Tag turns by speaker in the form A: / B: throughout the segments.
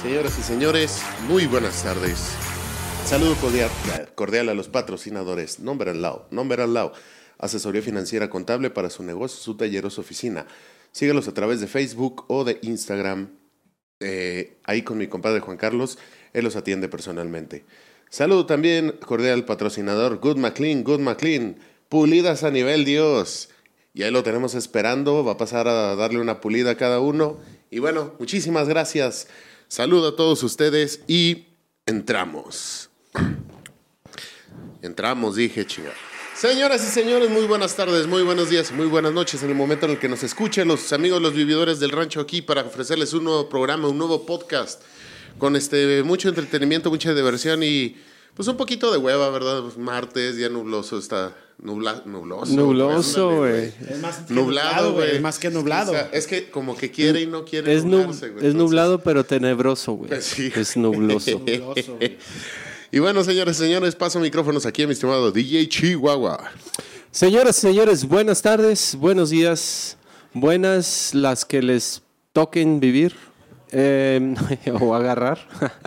A: Señoras y señores, muy buenas tardes. Saludo cordial a los patrocinadores Number & Law, asesoría financiera contable para su negocio, su taller o su oficina. Sígalos a través de Facebook o de Instagram. Ahí con mi compadre Juan Carlos, él los atiende personalmente. Saludo también cordial al patrocinador Good McLean, pulidas a nivel Dios. Y ahí lo tenemos esperando, va a pasar a darle una pulida a cada uno. Y bueno, muchísimas gracias. Saludo a todos ustedes y entramos. Dije, chinga. Señoras y señores, muy buenas tardes, muy buenos días, muy buenas noches. En el momento en el que nos escuchen los amigos, los vividores del rancho aquí para ofrecerles un nuevo programa, un nuevo podcast con mucho entretenimiento, mucha diversión y pues un poquito de hueva, ¿verdad? Martes, día nubloso, está nubloso, güey.
B: Es más
A: nublado, güey.
B: Es más que nublado.
A: O sea, es que como que quiere y no quiere nublarse, güey.
C: Es nublado, pero tenebroso, güey.
A: Pues sí.
C: Es nubloso.
A: Y bueno, señores y señores, paso micrófonos aquí a mi estimado DJ Chihuahua.
C: Señoras y señores, buenas tardes, buenos días, buenas las que les toquen vivir o agarrar.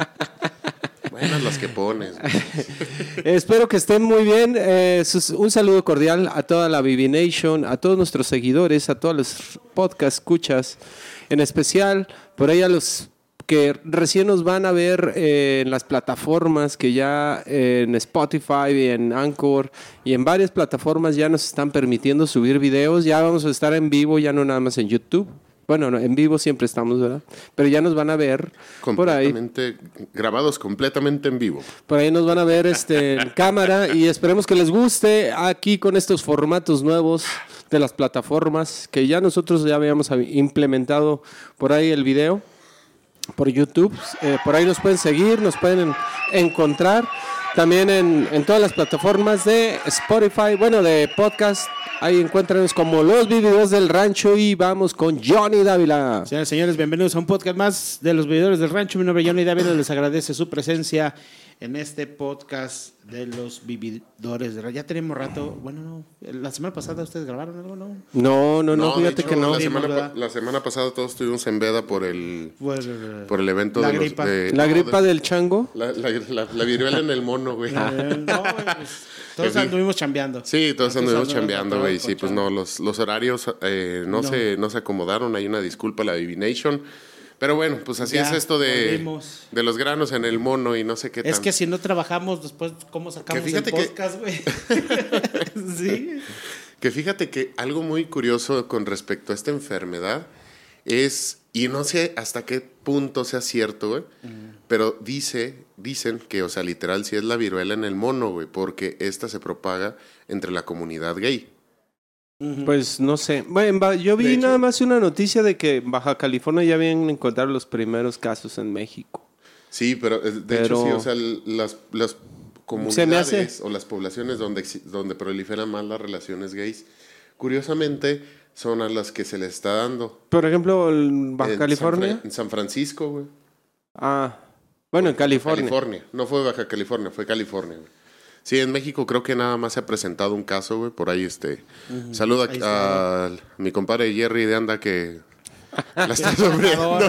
A: Buenas las que pones.
C: Espero que estén muy bien. Un saludo cordial a toda la BB Nation, a todos nuestros seguidores, a todos los podcast escuchas, en especial por ahí a los que recién nos van a ver en las plataformas que ya en Spotify y en Anchor y en varias plataformas ya nos están permitiendo subir videos. Ya vamos a estar en vivo, ya no nada más en YouTube. Bueno, en vivo siempre estamos, ¿verdad? Pero ya nos van a ver por ahí.
A: Grabados completamente en vivo.
C: Por ahí nos van a ver en cámara y esperemos que les guste aquí con estos formatos nuevos de las plataformas que ya nosotros ya habíamos implementado por ahí el video por YouTube. Por ahí nos pueden seguir, nos pueden encontrar también en todas las plataformas de Spotify, bueno, de podcast. Ahí encuéntranos como Los Vividores del Rancho y vamos con Johnny Dávila.
B: Señoras y señores, bienvenidos a un podcast más de Los Vividores del Rancho. Mi nombre es Johnny Dávila, les agradece su presencia en este podcast de Los Vividores del Rancho. Ya tenemos rato, bueno, no, la semana pasada ustedes grabaron algo, ¿no?
C: No, fíjate que no.
A: La semana pasada todos estuvimos en veda por el evento
B: la
A: de
B: gripa.
C: ¿La gripa del chango?
A: La viruela en el mono, güey.
B: No, pues, todos anduvimos chambeando.
A: Sí, todos anduvimos chambeando, güey. Sí, pues no, los horarios no se acomodaron. Hay una disculpa a la BB Nation. Pero bueno, pues así es esto de los granos en el mono y no sé qué tal.
B: Es que si no trabajamos después, ¿cómo sacamos el podcast, güey? Sí.
A: Que fíjate que algo muy curioso con respecto a esta enfermedad es, y no sé hasta qué punto sea cierto, güey, pero dicen que, o sea, literal, sí es la viruela en el mono, güey, porque esta se propaga entre la comunidad gay.
C: Pues no sé. Bueno, yo vi nada más una noticia de que en Baja California ya habían encontrado los primeros casos en México.
A: Sí, pero de hecho sí, o sea, las comunidades o las poblaciones donde proliferan más las relaciones gays, curiosamente son a las que se les está dando.
C: Por ejemplo, en Baja California.
A: En San Francisco, güey.
C: Bueno, en California.
A: California. No fue Baja California, fue California, güey. Sí, en México creo que nada más se ha presentado un caso, güey, por ahí Saluda a mi compadre Jerry de Anda que la está sufriendo.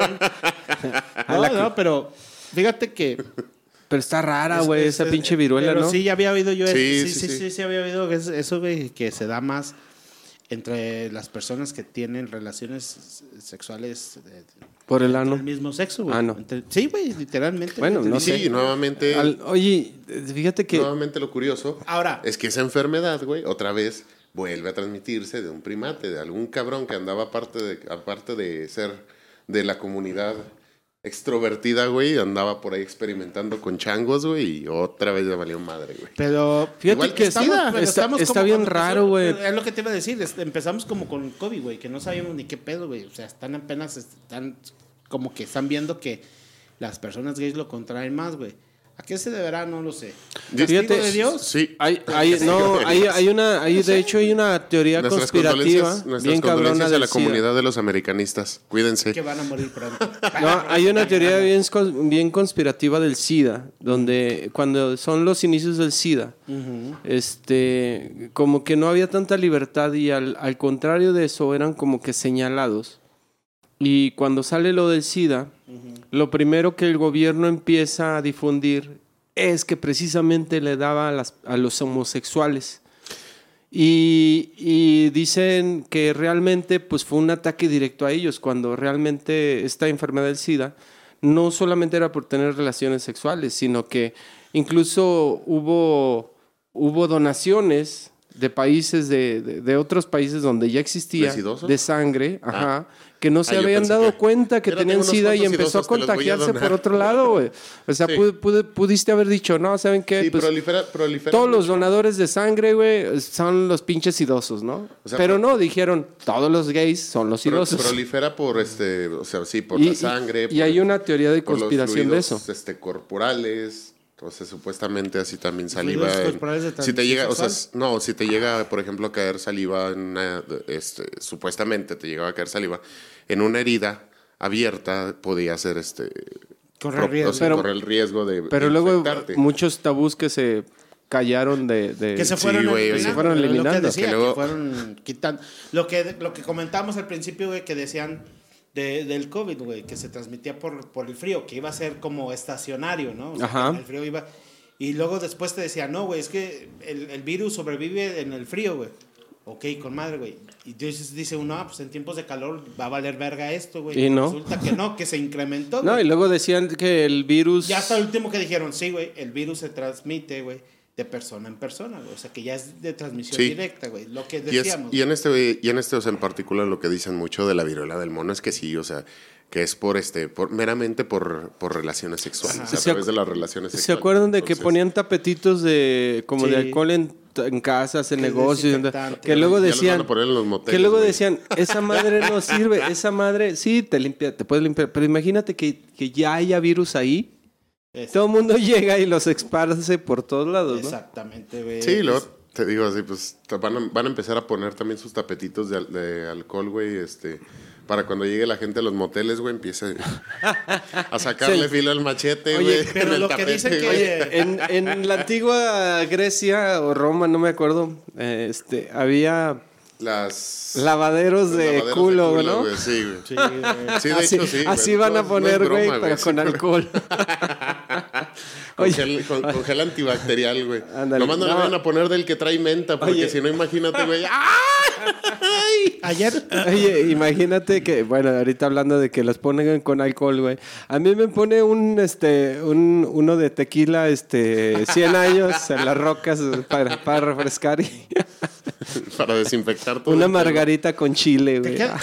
B: No, pero fíjate que...
C: Pero está rara, güey, esa pinche viruela,
B: pero
C: ¿no?
B: Sí, ya había oído yo
A: Sí,
B: sí había oído eso, güey, que se da más entre las personas que tienen relaciones sexuales
C: por el ano.
B: Del mismo sexo, güey.
C: No.
B: Sí, güey, literalmente.
C: Bueno, no sé.
A: Sí, nuevamente.
C: Oye, fíjate que.
A: Nuevamente lo curioso.
B: Ahora.
A: Es que esa enfermedad, güey, otra vez vuelve a transmitirse de un primate, de algún cabrón que andaba aparte de ser de la comunidad extrovertida, güey, andaba por ahí experimentando con changos, güey, y otra vez le valió madre, güey.
B: Pero
C: fíjate que está bien raro, güey.
B: Es lo que te iba a decir, empezamos como con COVID, güey, que no sabíamos ni qué pedo, güey. O sea, están como que están viendo que las personas gays lo contraen más, güey. ¿A qué se deberá? No lo sé.
C: Fíjate,
B: de Dios?
A: Sí.
C: Hay de hecho hay una teoría conspirativa bien cabrona
A: de la comunidad de los americanistas. Cuídense.
B: Que van a morir pronto.
C: No, hay una teoría bien conspirativa del SIDA, donde cuando son los inicios del SIDA, como que no había tanta libertad y al contrario de eso eran como que señalados Y cuando sale lo del SIDA, lo primero que el gobierno empieza a difundir es que precisamente le daba a los homosexuales. Y dicen que realmente pues, fue un ataque directo a ellos, cuando realmente esta enfermedad del SIDA no solamente era por tener relaciones sexuales, sino que incluso hubo donaciones de países, de otros países donde ya existía,
A: ¿Residosos?
C: de sangre, que no se
A: yo
C: habían
A: pensé
C: dado
A: que-
C: cuenta que
A: Mira,
C: tenían
A: tengo unos
C: SIDA y
A: cuantos
C: empezó a
A: idosos, te los voy a
C: contagiarse
A: donar.
C: por otro lado, güey. O sea,
A: Sí.
C: pudiste haber dicho, no, ¿saben qué?
A: Sí,
C: Pues,
A: prolifera
C: todos los
A: mucho.
C: donadores de sangre, güey, son los pinches idosos, ¿no?
A: O sea,
C: pero no, dijeron, todos los gays son los idosos.
A: Prolifera por o sea, sí, por
C: Y-
A: la sangre.
C: y hay una teoría de
A: por los
C: conspiración de
A: fluidos,
C: eso.
A: Corporales. Entonces, supuestamente así también saliva.
B: Fluidos corporales de
A: Si te llega,
B: transmisión
A: si te llega, por ejemplo, a caer saliva en una, supuestamente te llegaba a caer saliva en una herida abierta, podía ser
B: Correr riesgo.
A: correr el riesgo de
C: Pero luego
A: infectarte.
C: muchos tabús que se callaron de
B: Que se
A: Sí,
B: fueron
A: güey,
B: eliminando.
A: se
C: fueron
B: Lo que
C: eliminando.
B: decía,
A: Que luego-
B: que fueron quitando. Lo que comentábamos al principio, güey, que decían del COVID, güey, que se transmitía por el frío, que iba a ser como estacionario, ¿no? O sea,
C: Ajá.
B: que el frío iba... Y luego después te decían, no, güey, es que el virus sobrevive en el frío, güey. Ok, con madre, güey. Y entonces dice uno, pues en tiempos de calor va a valer verga esto, güey.
C: Y no.
B: Resulta que no, que se incrementó,
C: No,
B: güey.
C: y luego decían que el virus...
B: Ya hasta el último que dijeron, sí, güey, el virus se transmite, güey, de persona en persona, güey. O sea, que ya es de transmisión
A: Sí.
B: directa, güey. Lo que
A: Y,
B: decíamos.
A: en o sea, en particular, lo que dicen mucho de la viruela del mono es que sí, o sea, que es meramente por relaciones sexuales,
B: Ajá.
A: a través de las relaciones
C: ¿Se
A: sexuales.
C: acuerdan de que
A: Entonces,
C: ponían tapetitos como
B: Sí.
C: de alcohol en casas, en
B: Que es
C: negocios?
B: desinfectante.
C: Que luego
A: ya los van
C: decían...
A: a poner en los moteles,
C: Que luego
A: güey.
C: decían, esa madre no sirve, esa madre sí te limpia, te puedes limpiar, pero imagínate que ya haya virus ahí, todo el mundo llega y los esparce por todos lados, ¿no?
B: Exactamente, güey.
A: Sí, luego te digo así, pues van a empezar a poner también sus tapetitos de alcohol, güey, para cuando llegue la gente a los moteles, güey, empiece a sacarle filo al machete,
C: Oye,
A: güey.
B: pero
A: en el
B: lo que
A: tapete,
B: dicen que-
A: güey.
C: En la antigua Grecia o Roma, no me acuerdo, había
A: Los
C: lavaderos de
A: lavaderos
C: culo, ¿no?
A: güey, sí, güey.
B: Sí, güey.
A: Sí, de
C: así
A: hecho, sí.
C: así
A: güey.
C: van
A: No
C: a
A: es
C: poner,
A: broma,
C: güey, pero
A: sí,
C: con alcohol.
A: Con
C: Oye.
A: gel antibacterial, güey.
C: Ándale.
A: Nomás no le
C: No.
A: vayan a poner del que trae menta, porque
C: Oye.
A: si no, imagínate, güey.
B: Ayer,
C: Oye, imagínate que, bueno, ahorita hablando de que los ponen con alcohol, güey. A mí me pone uno de tequila, 100 años en las rocas para refrescar y
A: Para desinfectar todo.
C: una
A: el pedo.
C: margarita con chile, güey.
B: queda-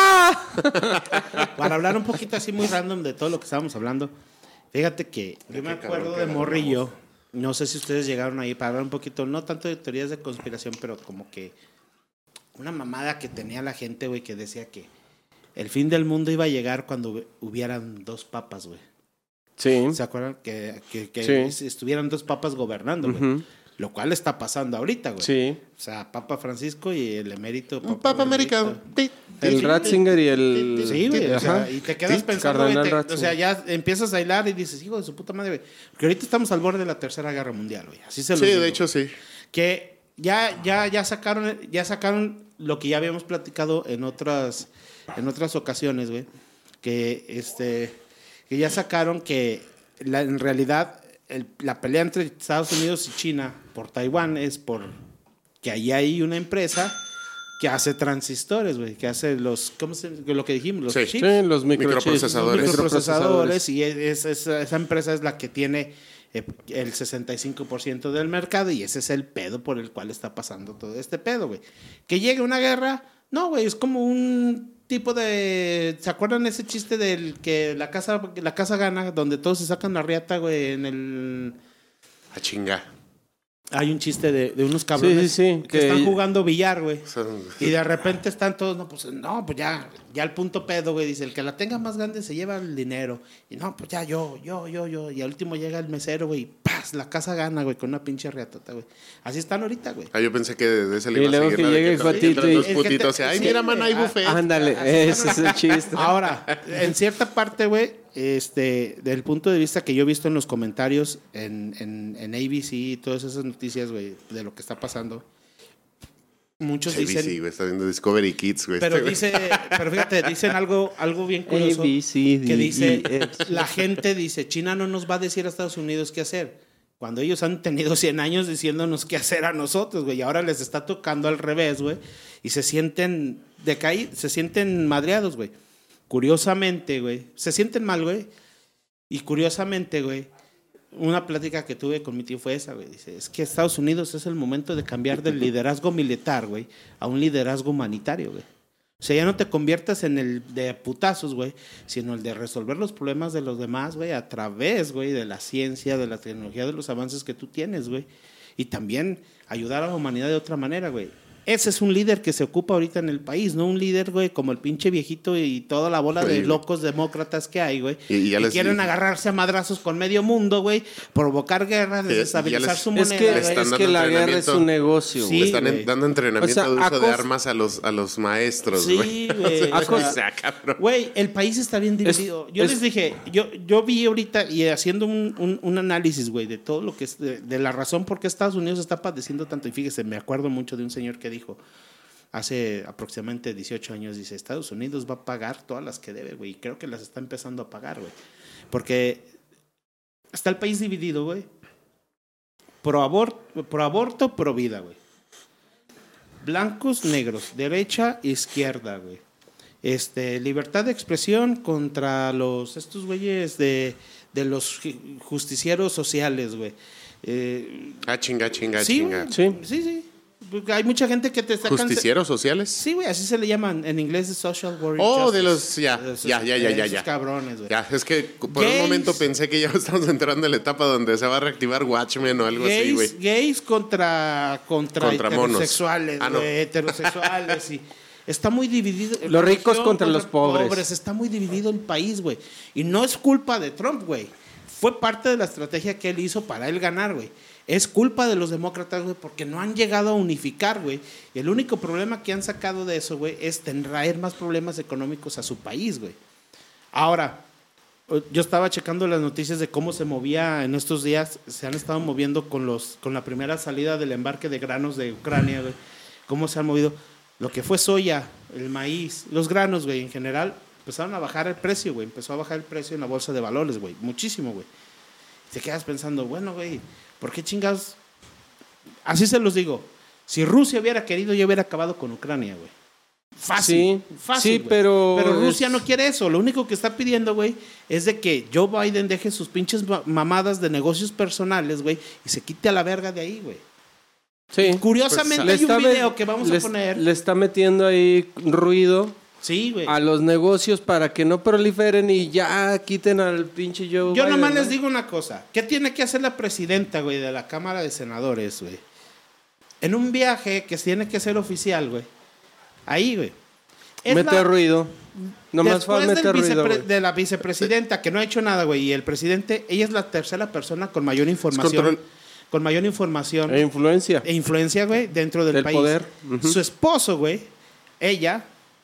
C: ¡Ah!
B: para hablar un poquito así muy random de todo lo que estábamos hablando, fíjate que yo me acuerdo de Morrillo, no sé si ustedes llegaron ahí para hablar un poquito, no tanto de teorías de conspiración, pero como que una mamada que tenía la gente, güey, que decía que el fin del mundo iba a llegar cuando hubieran dos papas, güey.
C: Sí.
B: ¿Se acuerdan? Que
C: Sí.
B: estuvieran dos papas gobernando, güey.
C: Ujú.
B: Lo cual está pasando ahorita, güey.
C: Sí.
B: O sea, Papa Francisco y el emérito
A: Papa americano.
C: El Ratzinger y el...
B: Sí, güey. O sea,
C: Ajá.
B: y te quedas
C: Sí,
B: pensando, güey,
C: Cardenal
B: o
C: Ratzinger.
B: sea, ya empiezas a hilar y dices, hijo de su puta madre, güey. Porque ahorita estamos al borde de la Tercera Guerra Mundial, güey. Así se lo
A: Sí,
B: digo.
A: de hecho, sí.
B: Que ya sacaron lo que ya habíamos platicado en otras ocasiones, güey. Que ya sacaron que en realidad la pelea entre Estados Unidos y China por Taiwán es por que ahí hay una empresa que hace transistores, güey, que hace lo que dijimos, los
A: Sí.
B: chips.
C: Sí, los
A: Microprocesadores.
B: Microprocesadores, y esa empresa es la que tiene el 65% del mercado, y ese es el pedo por el cual está pasando todo este pedo, güey. Que llegue una guerra, no, güey, es como un tipo de... ¿Se acuerdan ese chiste del que la casa gana, donde todos se sacan la riata, güey, en el...
A: A chinga.
B: Hay un chiste de unos cabrones
C: Sí, sí, sí,
B: que están jugando billar, güey.
A: O sea,
B: Y de repente están todos, no, pues ya el punto pedo, güey, dice, el que la tenga más grande se lleva el dinero. Y no, pues ya yo. Y al último llega el mesero, güey, y ¡paz! La casa gana, güey, con una pinche riatota, güey. Así están ahorita, güey.
A: yo pensé que de ese le
C: Y
A: iba a
C: luego
A: seguir
C: que
A: la de
C: llegue el
A: también
C: Jotito
A: entran
C: y-
A: dos
B: Es que
A: putitos.
B: te-
A: Ay,
B: sí,
A: mira,
B: güey,
A: man, hay buffet.
C: Ándale, ese es el chiste.
B: Ahora, en cierta parte, güey, del punto de vista que yo he visto en los comentarios en ABC y todas esas noticias, güey, de lo que está pasando, muchos
A: ABC,
B: dicen...
A: güey, está viendo Discovery Kids, güey.
B: Pero fíjate, dicen algo bien curioso. Que dice, la gente dice, China no nos va a decir a Estados Unidos qué hacer. Cuando ellos han tenido 100 años diciéndonos qué hacer a nosotros, güey. Y ahora les está tocando al revés, güey. Y se sienten se sienten madreados, güey. Curiosamente, güey. Se sienten mal, güey. Y curiosamente, güey, una plática que tuve con mi tío fue esa, güey. Dice, es que Estados Unidos es el momento de cambiar del liderazgo militar, güey, a un liderazgo humanitario, güey. O sea, ya no te conviertas en el de putazos, güey, sino el de resolver los problemas de los demás, güey, a través, güey, de la ciencia, de la tecnología, de los avances que tú tienes, güey. Y también ayudar a la humanidad de otra manera, güey. Ese es un líder que se ocupa ahorita en el país, no un líder, güey, como el pinche viejito y toda la bola de locos demócratas que hay, güey. Y quieren agarrarse a madrazos con medio mundo, güey, provocar guerras, desestabilizar su moneda.
C: Es que la guerra es un negocio.
A: Sí, están dando entrenamiento de uso de armas a los maestros, güey.
B: Sí, güey. Güey, el país está bien dividido. Les dije, yo vi ahorita y haciendo un análisis, güey, de todo lo que es, de la razón por qué Estados Unidos está padeciendo tanto. Y fíjese, me acuerdo mucho de un señor que dijo hace aproximadamente 18 años, dice, Estados Unidos va a pagar todas las que debe, güey, y creo que las está empezando a pagar, güey, porque está el país dividido, güey, pro aborto, pro vida, güey, blancos, negros, derecha, izquierda, güey, libertad de expresión contra estos güeyes de los justicieros sociales, güey.
A: Chinga.
B: Sí. Hay mucha gente que te está
A: ¿Justicieros sociales?
B: Sí, güey, así se le llaman. En inglés es social warrior.
A: Oh, de los... Ya.
B: Esos cabrones, güey.
A: Ya, es que por un momento pensé que ya estamos entrando en la etapa donde se va a reactivar Watchmen o algo así, güey.
B: Gays contra heterosexuales,
A: monos.
B: Güey, heterosexuales y... Está muy dividido.
C: Los ricos contra los pobres.
B: Está muy dividido el país, güey. Y no es culpa de Trump, güey. Fue parte de la estrategia que él hizo para él ganar, güey. Es culpa de los demócratas, güey, porque no han llegado a unificar, güey. Y el único problema que han sacado de eso, güey, es traer más problemas económicos a su país, güey. Ahora, yo estaba checando las noticias de cómo se movía en estos días. Se han estado moviendo con la primera salida del embarque de granos de Ucrania, güey. Cómo se han movido. Lo que fue soya, el maíz, los granos, güey, en general, empezaron a bajar el precio, güey. Empezó a bajar el precio en la bolsa de valores, güey. Muchísimo, güey. Te quedas pensando, bueno, güey, ¿por qué chingados? Así se los digo. Si Rusia hubiera querido, yo hubiera acabado con Ucrania, güey. Fácil.
C: Sí,
B: güey.
C: pero
B: Rusia no quiere eso. Lo único que está pidiendo, güey, es de que Joe Biden deje sus pinches mamadas de negocios personales, güey, y se quite a la verga de ahí, güey.
C: Sí.
B: Curiosamente
C: Pues,
B: hay un video que vamos a poner.
C: Le está metiendo ahí ruido.
B: Sí, güey.
C: A los negocios para que no proliferen y ya quiten al pinche Joe
B: Yo
C: Biden,
B: nomás
C: ¿no?
B: les digo una cosa. ¿Qué tiene que hacer la presidenta, güey, de la Cámara de Senadores, güey? En un viaje que tiene que ser oficial, güey. Ahí, güey.
C: Mete ruido. Nomás fue a meter ruido,
B: de la vicepresidenta, que no ha hecho nada, güey, y el presidente, ella es la tercera persona con mayor información. Con mayor información.
C: E influencia.
B: E influencia, güey, dentro del país.
C: Poder.
B: Su esposo, güey, ella...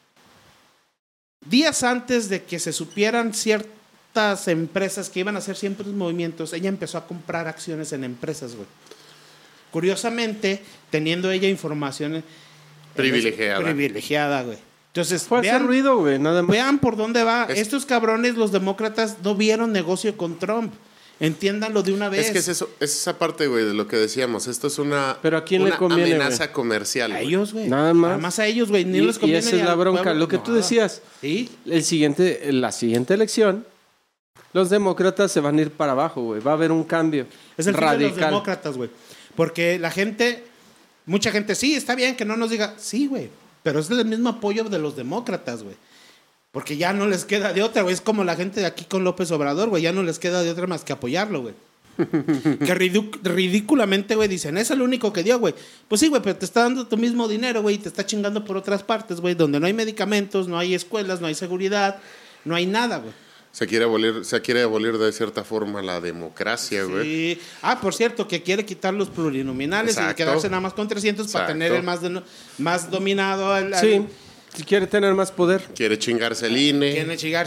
B: Días antes de que se supieran ciertas empresas que iban a hacer siempre movimientos, ella empezó a comprar acciones en empresas, güey. Curiosamente, teniendo ella información privilegiada, güey. Entonces,
C: fue a hacer ruido, güey, nada más.
B: Vean por dónde va. Estos cabrones, los demócratas, no vieron negocio con Trump. Entiéndanlo de una vez.
A: Es que es esa parte, güey, de lo que decíamos. Esto es una,
C: ¿pero a quién le conviene,
A: amenaza comercial.
B: A ellos, güey.
C: Nada más.
B: Nada más a ellos, güey. Ni les conviene.
C: Y esa es la bronca. Lo que tú decías.
B: ¿Sí?
C: La siguiente elección, los demócratas se van a ir para abajo, güey. Va a haber un cambio
B: es el
C: radical.
B: Fin de los demócratas, güey. Porque la gente, mucha gente, sí, está bien que no nos diga, sí, güey. Pero es el mismo apoyo de los demócratas, güey. Porque ya no les queda de otra, güey. Es como la gente de aquí con López Obrador, güey. Ya no les queda de otra más que apoyarlo, güey. Que ridículamente, güey, dicen, es el único que dio, güey. Pues sí, güey, pero te está dando tu mismo dinero, güey, y te está chingando por otras partes, güey, donde no hay medicamentos, no hay escuelas, no hay seguridad, no hay nada, güey.
A: Se quiere abolir de cierta forma la democracia, güey.
B: Sí. Por cierto, que quiere quitar los plurinominales. Exacto. Y quedarse nada más con 300 para tener el más dominado.
C: Sí. Quiere tener más poder.
A: Quiere chingarse al INE.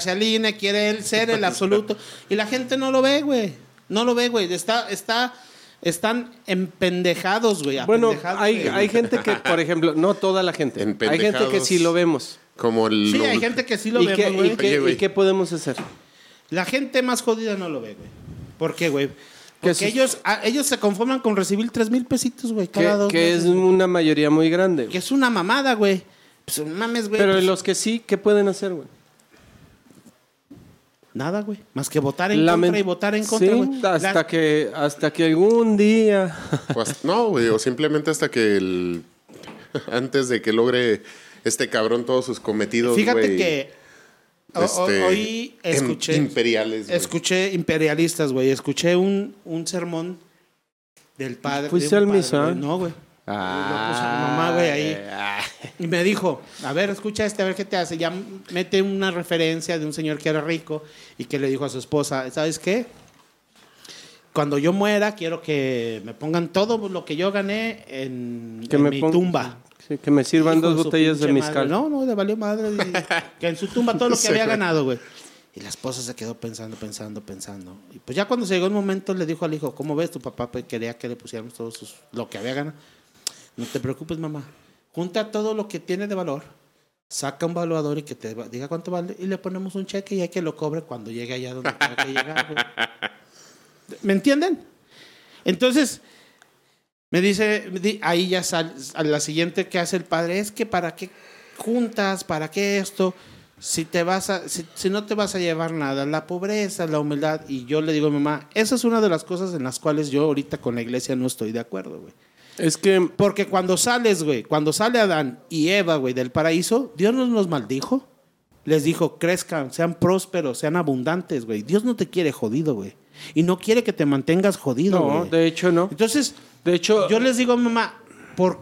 B: Quiere él ser el absoluto. Y la gente no lo ve, güey. No lo ve, güey. Está están empendejados, güey.
C: Bueno,
B: apendejados,
C: hay gente que, por ejemplo, no toda la gente. Hay gente que
A: Empendejados.
C: sí lo vemos.
A: Como el...
B: Sí, hay gente que sí lo
C: ¿Y
B: vemos, güey.
A: Oye, güey.
C: ¿Y qué podemos hacer?
B: La gente más jodida no lo ve, güey. ¿Por qué, güey?
C: Que
B: Porque ellos se conforman con recibir 3,000 pesitos, güey,
C: Que,
B: cada 2
C: que es
B: meses.
C: una mayoría muy grande.
B: Que es una mamada, güey. Pues no mames, güey.
C: Pero
B: pues,
C: los que sí, ¿qué pueden hacer, güey?
B: nada, güey. Más que votar en contra y votar en contra,
C: Sí,
B: güey.
C: hasta que algún día...
A: No, güey, o simplemente hasta que antes de que logre este cabrón todos sus cometidos,
B: Fíjate
A: güey,
B: que hoy escuché...
A: imperiales, güey.
B: Escuché imperialistas, güey. Escuché un sermón del padre.
C: ¿Fuiste
B: de un
C: al
B: padre,
C: misa?
B: güey. No, güey. Lo puso mi mamá, güey, ahí. Y me dijo, a ver, escucha a ver qué te hace. Ya mete una referencia de un señor que era rico y que le dijo a su esposa, ¿sabes qué? Cuando yo muera, quiero que me pongan todo lo que yo gané en mi tumba.
C: Sí, que me sirvan
B: Hijo
C: 2
B: de su
C: botellas de
B: pinche
C: mezcal.
B: madre. No, le valió madre. Que en su tumba todo lo que
A: Sí,
B: había
A: güey.
B: ganado, güey. Y la esposa se quedó pensando. Y pues ya cuando se llegó el momento, le dijo al hijo, ¿cómo ves? Tu papá quería que le pusiéramos todo lo que había ganado. No te preocupes, mamá. Junta todo lo que tiene de valor. Saca un valuador y que te diga cuánto vale. Y le ponemos un cheque y hay que lo cobre cuando llegue allá donde tenga que llegar, güey. ¿Me entienden? Entonces... Me dice, ahí ya sale, a la siguiente que hace el padre, es que para qué juntas, para qué esto, si no te vas a llevar nada, la pobreza, la humildad. Y yo le digo a mi mamá, esa es una de las cosas en las cuales yo ahorita con la iglesia no estoy de acuerdo, güey.
C: Es que...
B: Porque cuando sale Adán y Eva, güey, del paraíso, Dios no nos maldijo. Les dijo, crezcan, sean prósperos, sean abundantes, güey. Dios no te quiere jodido, güey. Y no quiere que te mantengas jodido,
C: No,
B: güey.
C: de hecho no.
B: Entonces...
C: De hecho,
B: yo les digo a mi mamá, ¿por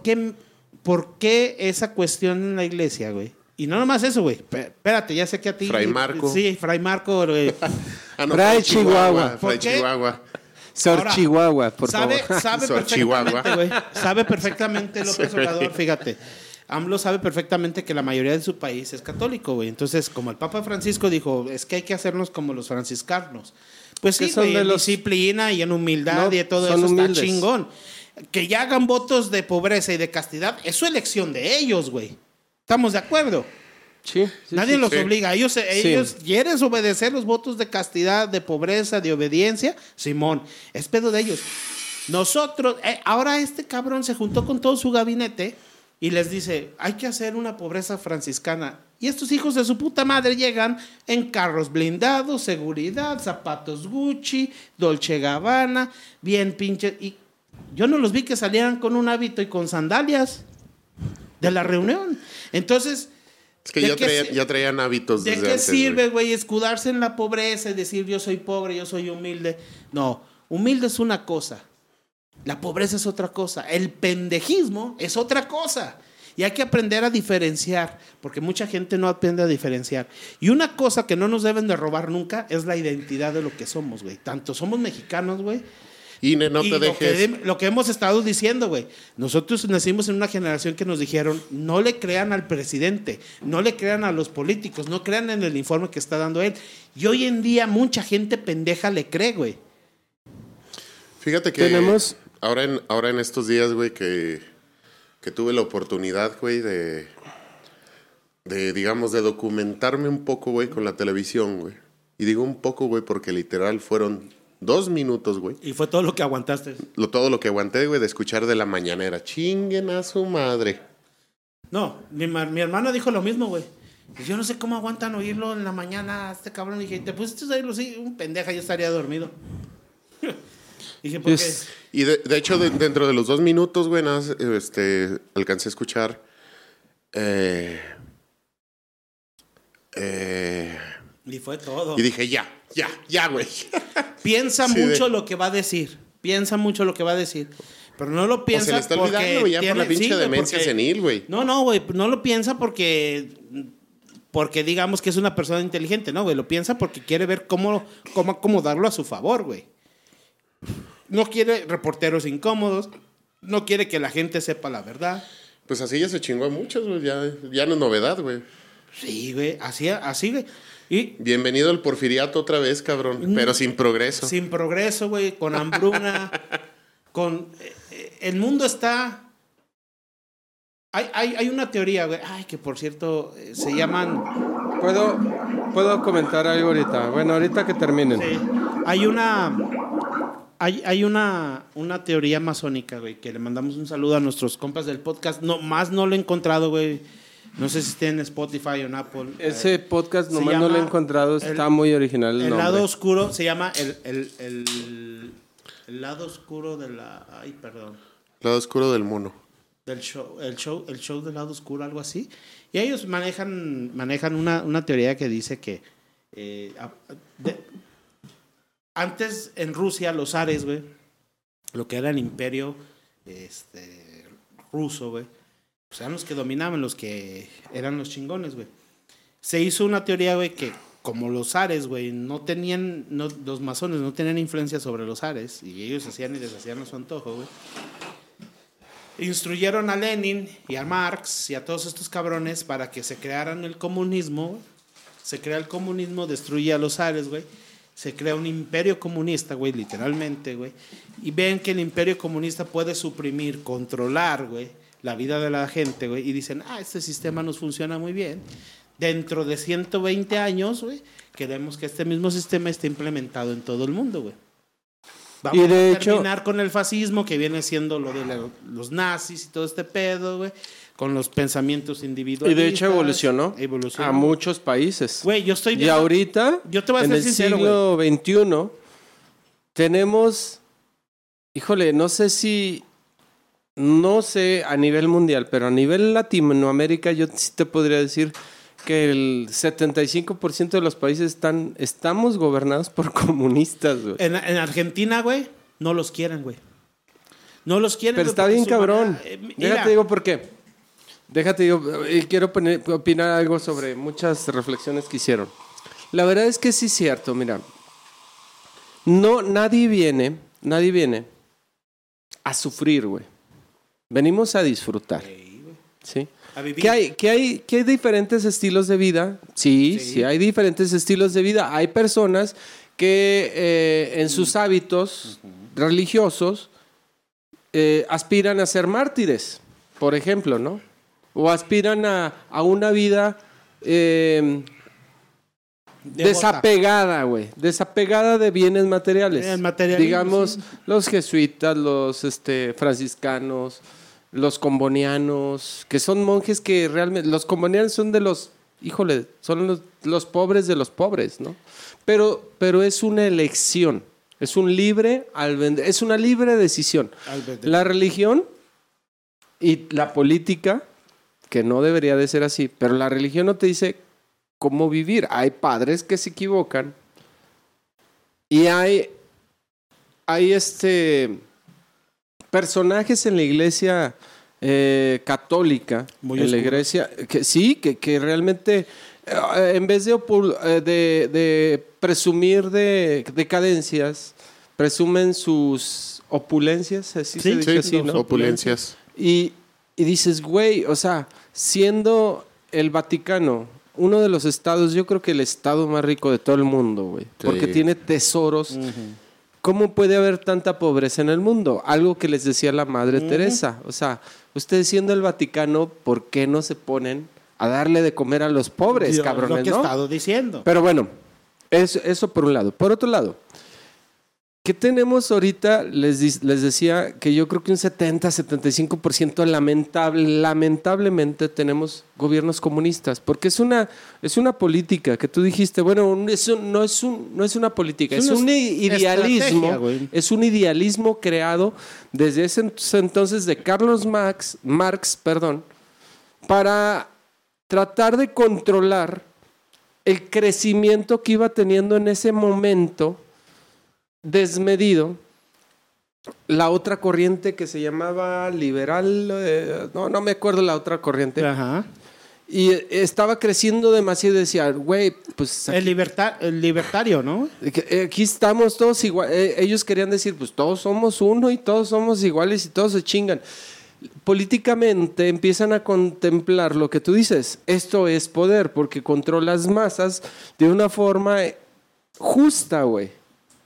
B: qué esa cuestión en la iglesia, güey? Y no nomás eso, güey. Espérate, ya sé que a ti...
A: Fray Marco.
B: Sí, Fray Marco, güey.
C: Fray Chihuahua.
A: Fray
B: ¿Por qué?
A: Chihuahua.
C: Sor
B: Ahora,
C: Chihuahua, por
B: sabe
C: favor.
A: Sor
B: perfectamente,
A: Chihuahua.
B: güey. Sabe perfectamente López Obrador, fíjate. AMLO sabe perfectamente que la mayoría de su país es católico, güey. Entonces, como el Papa Francisco dijo, es que hay que hacernos como los franciscanos. Pues sí,
C: Que son
B: güey,
C: de
B: en
C: los-
B: disciplina y en humildad
C: No,
B: y todo
C: son
B: eso
C: humildes.
B: está chingón. Que ya hagan votos de pobreza y de castidad, es su elección de ellos, güey. ¿Estamos de acuerdo?
C: Sí, sí,
B: Nadie
C: sí.
B: los
A: sí.
B: obliga. Ellos quieren obedecer los votos de castidad, de pobreza, de obediencia. Simón, es pedo de ellos. Nosotros, ahora este cabrón se juntó con todo su gabinete y les dice, hay que hacer una pobreza franciscana. Y estos hijos de su puta madre llegan en carros blindados, seguridad, zapatos Gucci, Dolce Gabbana, bien pinche. Y yo no los vi que salieran con un hábito y con sandalias de la reunión. Entonces...
A: Es que
B: ¿de
A: ya traían hábitos
B: ¿De
A: desde
B: qué
A: antes,
B: sirve, güey, escudarse en la pobreza y decir yo soy pobre, yo soy humilde? No, humilde es una cosa, la pobreza es otra cosa, el pendejismo es otra cosa. Y hay que aprender a diferenciar, porque mucha gente no aprende a diferenciar. Y una cosa que no nos deben de robar nunca es la identidad de lo que somos, güey. Tanto somos mexicanos, güey.
A: INE, no
B: Y
A: te dejes.
B: lo que hemos estado diciendo, güey. Nosotros nacimos en una generación que nos dijeron, no le crean al presidente, no le crean a los políticos, no crean en el informe que está dando él. Y hoy en día mucha gente pendeja le cree, güey.
A: Fíjate que
C: Tenemos-
A: ahora en estos días, güey, que tuve la oportunidad, güey, de digamos, de documentarme un poco, güey, con la televisión, güey. Y digo un poco, güey, porque literal fueron 2 minutos, güey.
B: Y fue todo lo que aguantaste.
A: Todo lo que aguanté, güey, de escuchar de la mañanera. Chinguen a su madre.
B: No, mi hermano dijo lo mismo, güey. Pues yo no sé cómo aguantan oírlo en la mañana a este cabrón. Dije, ¿te pusiste a oírlo? Sí, un pendeja, yo estaría dormido. Dije, ¿por qué?
C: Es-
A: Y de hecho, dentro de los 2 minutos, güey, nada más, alcancé a escuchar.
B: Y fue todo.
A: Y dije, ya, güey.
B: Piensa
A: Sí,
B: mucho lo que va a decir. Piensa mucho lo que va a decir. Pero no lo
A: O
B: piensa
A: se le está
B: porque
A: olvidando, güey, ya por la pinche
B: güey,
A: demencia
B: porque-
A: senil, güey.
B: No, güey, no lo piensa porque digamos que es una persona inteligente, no, güey, lo piensa porque quiere ver cómo acomodarlo a su favor, güey. No quiere reporteros incómodos, no quiere que la gente sepa la verdad.
A: Pues así ya se chingó a muchos, güey. Ya no es novedad, güey.
B: Sí, güey, así, güey. Y
A: Bienvenido al porfiriato otra vez, cabrón. Pero sin progreso.
B: sin progreso, güey, con hambruna. el mundo está... Hay una teoría, güey. Ay, que por cierto, se llaman...
C: ¿Puedo comentar algo ahorita? Bueno, ahorita que terminen.
B: Sí. Hay una teoría masónica, güey, que le mandamos un saludo a nuestros compas del podcast. No, más no lo he encontrado, güey. No sé si está en Spotify o en Apple.
C: Ese podcast nomás no lo he encontrado, está muy original el nombre.
B: Lado oscuro se llama el lado oscuro de la... Ay, perdón.
A: El lado oscuro del mono.
B: El show del lado oscuro, algo así. Y ellos manejan una teoría que dice que antes en Rusia los zares, güey, lo que era el imperio ruso, güey, pues eran los que dominaban, los que eran los chingones, güey. Se hizo una teoría, güey, que como los zares, güey, los masones no tenían influencia sobre los zares, y ellos hacían y deshacían a su antojo, güey. Instruyeron a Lenin y a Marx y a todos estos cabrones para que se crearan el comunismo, güey. Se crea el comunismo, destruye a los zares, güey. Se crea un imperio comunista, güey, literalmente, güey. Y ven que el imperio comunista puede suprimir, controlar, güey, la vida de la gente, güey. Y dicen, este sistema nos funciona muy bien. Dentro de 120 años, güey, queremos que este mismo sistema esté implementado en todo el mundo, güey. Vamos a terminar con el fascismo, que viene siendo lo de los nazis y todo este pedo, güey. Con los pensamientos individualistas.
C: Y de hecho evolucionó a muchos países.
B: Güey, yo estoy viendo...
C: Y ahorita,
B: yo te voy a ser sincero,
C: en el siglo XXI, tenemos... Híjole, no sé a nivel mundial, pero a nivel Latinoamérica yo sí te podría decir que el 75% de los países estamos gobernados por comunistas, güey.
B: En Argentina, güey, no los quieren, güey. No los quieren.
C: Pero está bien cabrón. Déjate digo por qué. Quiero opinar algo sobre muchas reflexiones que hicieron. La verdad es que sí es cierto, mira. Nadie viene a sufrir, güey. Venimos a disfrutar. ¿Sí? ¿Que hay diferentes estilos de vida? Sí, hay diferentes estilos de vida. Hay personas que en sus hábitos religiosos aspiran a ser mártires, por ejemplo, ¿no? O aspiran a una vida desapegada, güey. Desapegada de bienes materiales. Digamos, sí. Los jesuitas, los franciscanos, los combonianos, que son monjes que realmente... Los combonianos son de los... Híjole, son los pobres de los pobres, ¿no? Pero es una elección. Es una libre decisión. La religión y la política, que no debería de ser así, pero la religión no te dice cómo vivir. Hay padres que se equivocan y hay personajes en la iglesia católica, muy en la iglesia, que realmente en vez de presumir de decadencias, presumen sus opulencias, así se dice así, ¿no?
A: Opulencias.
C: Y dices, güey, o sea, siendo el Vaticano uno de los estados, yo creo que el estado más rico de todo el mundo, güey, porque tiene tesoros. Uh-huh. ¿Cómo puede haber tanta pobreza en el mundo? Algo que les decía la Madre Teresa. O sea, ustedes siendo el Vaticano, ¿por qué no se ponen a darle de comer a los pobres, cabrones,
B: lo que he estado diciendo.
C: Pero bueno, eso por un lado. Por otro lado, ¿qué tenemos ahorita? Les decía que yo creo que un 70-75% lamentablemente tenemos gobiernos comunistas, porque es una política que tú dijiste, bueno, eso no es una política, es un idealismo, es un idealismo creado desde ese entonces de Carlos Marx, para tratar de controlar el crecimiento que iba teniendo en ese momento desmedido la otra corriente que se llamaba liberal, no me acuerdo la otra corriente. Ajá. Y estaba creciendo demasiado y decía, güey, pues...
B: Aquí, el libertario, ¿no?
C: Aquí estamos todos igual. Ellos querían decir, pues todos somos uno y todos somos iguales y todos se chingan. Políticamente empiezan a contemplar lo que tú dices. Esto es poder porque controlas masas de una forma justa, güey.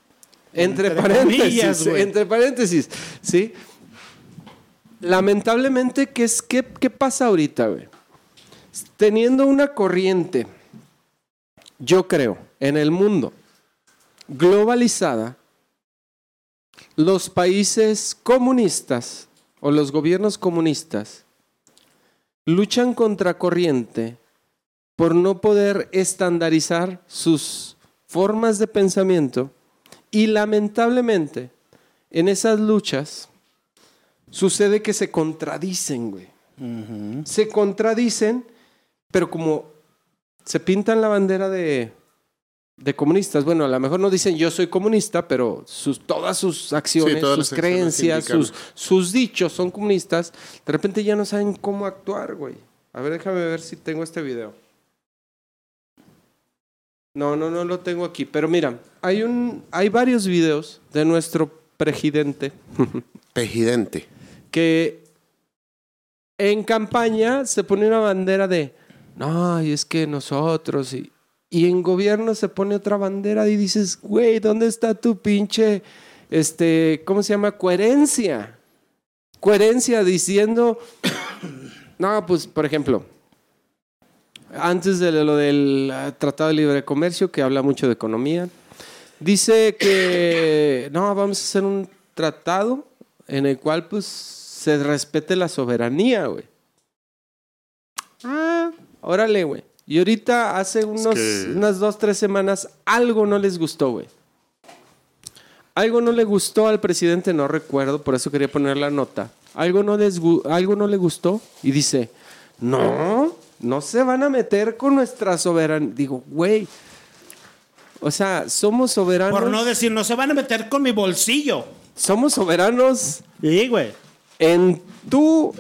C: Entre
B: comillas, güey.
C: entre paréntesis, ¿sí? Lamentablemente, ¿qué pasa ahorita, güey? Teniendo una corriente, yo creo, en el mundo globalizada, los países comunistas o los gobiernos comunistas luchan contra corriente por no poder estandarizar sus formas de pensamiento y lamentablemente en esas luchas sucede que se contradicen, güey. Uh-huh. Se contradicen, pero como se pintan la bandera de comunistas, bueno, a lo mejor no dicen yo soy comunista, pero todas sus acciones, sus creencias, sus dichos son comunistas, de repente ya no saben cómo actuar, güey. A ver, déjame ver si tengo este video. No lo tengo aquí, pero mira, hay varios videos de nuestro presidente.
A: Presidente.
C: Que en campaña se pone una bandera de no, y es que nosotros y en gobierno se pone otra bandera y dices, güey, ¿dónde está tu pinche ¿cómo se llama? Coherencia diciendo no, pues por ejemplo, antes de lo del Tratado de Libre Comercio, que habla mucho de economía, dice que no, vamos a hacer un tratado en el cual pues se respete la soberanía, güey. Órale, güey. Y ahorita hace unas 2-3 semanas algo no les gustó, güey. Algo no le gustó al presidente, no recuerdo, por eso quería poner la nota. Algo no le gustó y dice, no se van a meter con nuestra soberanía. Digo, güey, o sea, somos soberanos.
B: Por no decir, no se van a meter con mi bolsillo.
C: Somos soberanos.
B: Sí, güey.
C: En tu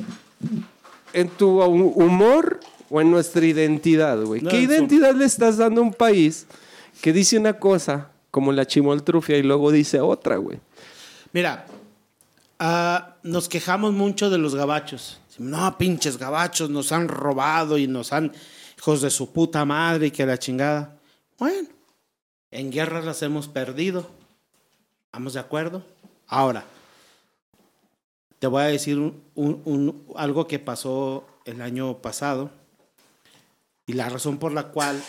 C: humor o en nuestra identidad, güey. ¿Qué identidad le estás dando a un país que dice una cosa como la chimoltrufia y luego dice otra, güey?
B: Mira, nos quejamos mucho de los gabachos. No, pinches gabachos, nos han robado y nos han hijos de su puta madre y que la chingada. Bueno, en guerras las hemos perdido. ¿Estamos de acuerdo? Ahora, te voy a decir algo que pasó el año pasado y la razón por la cual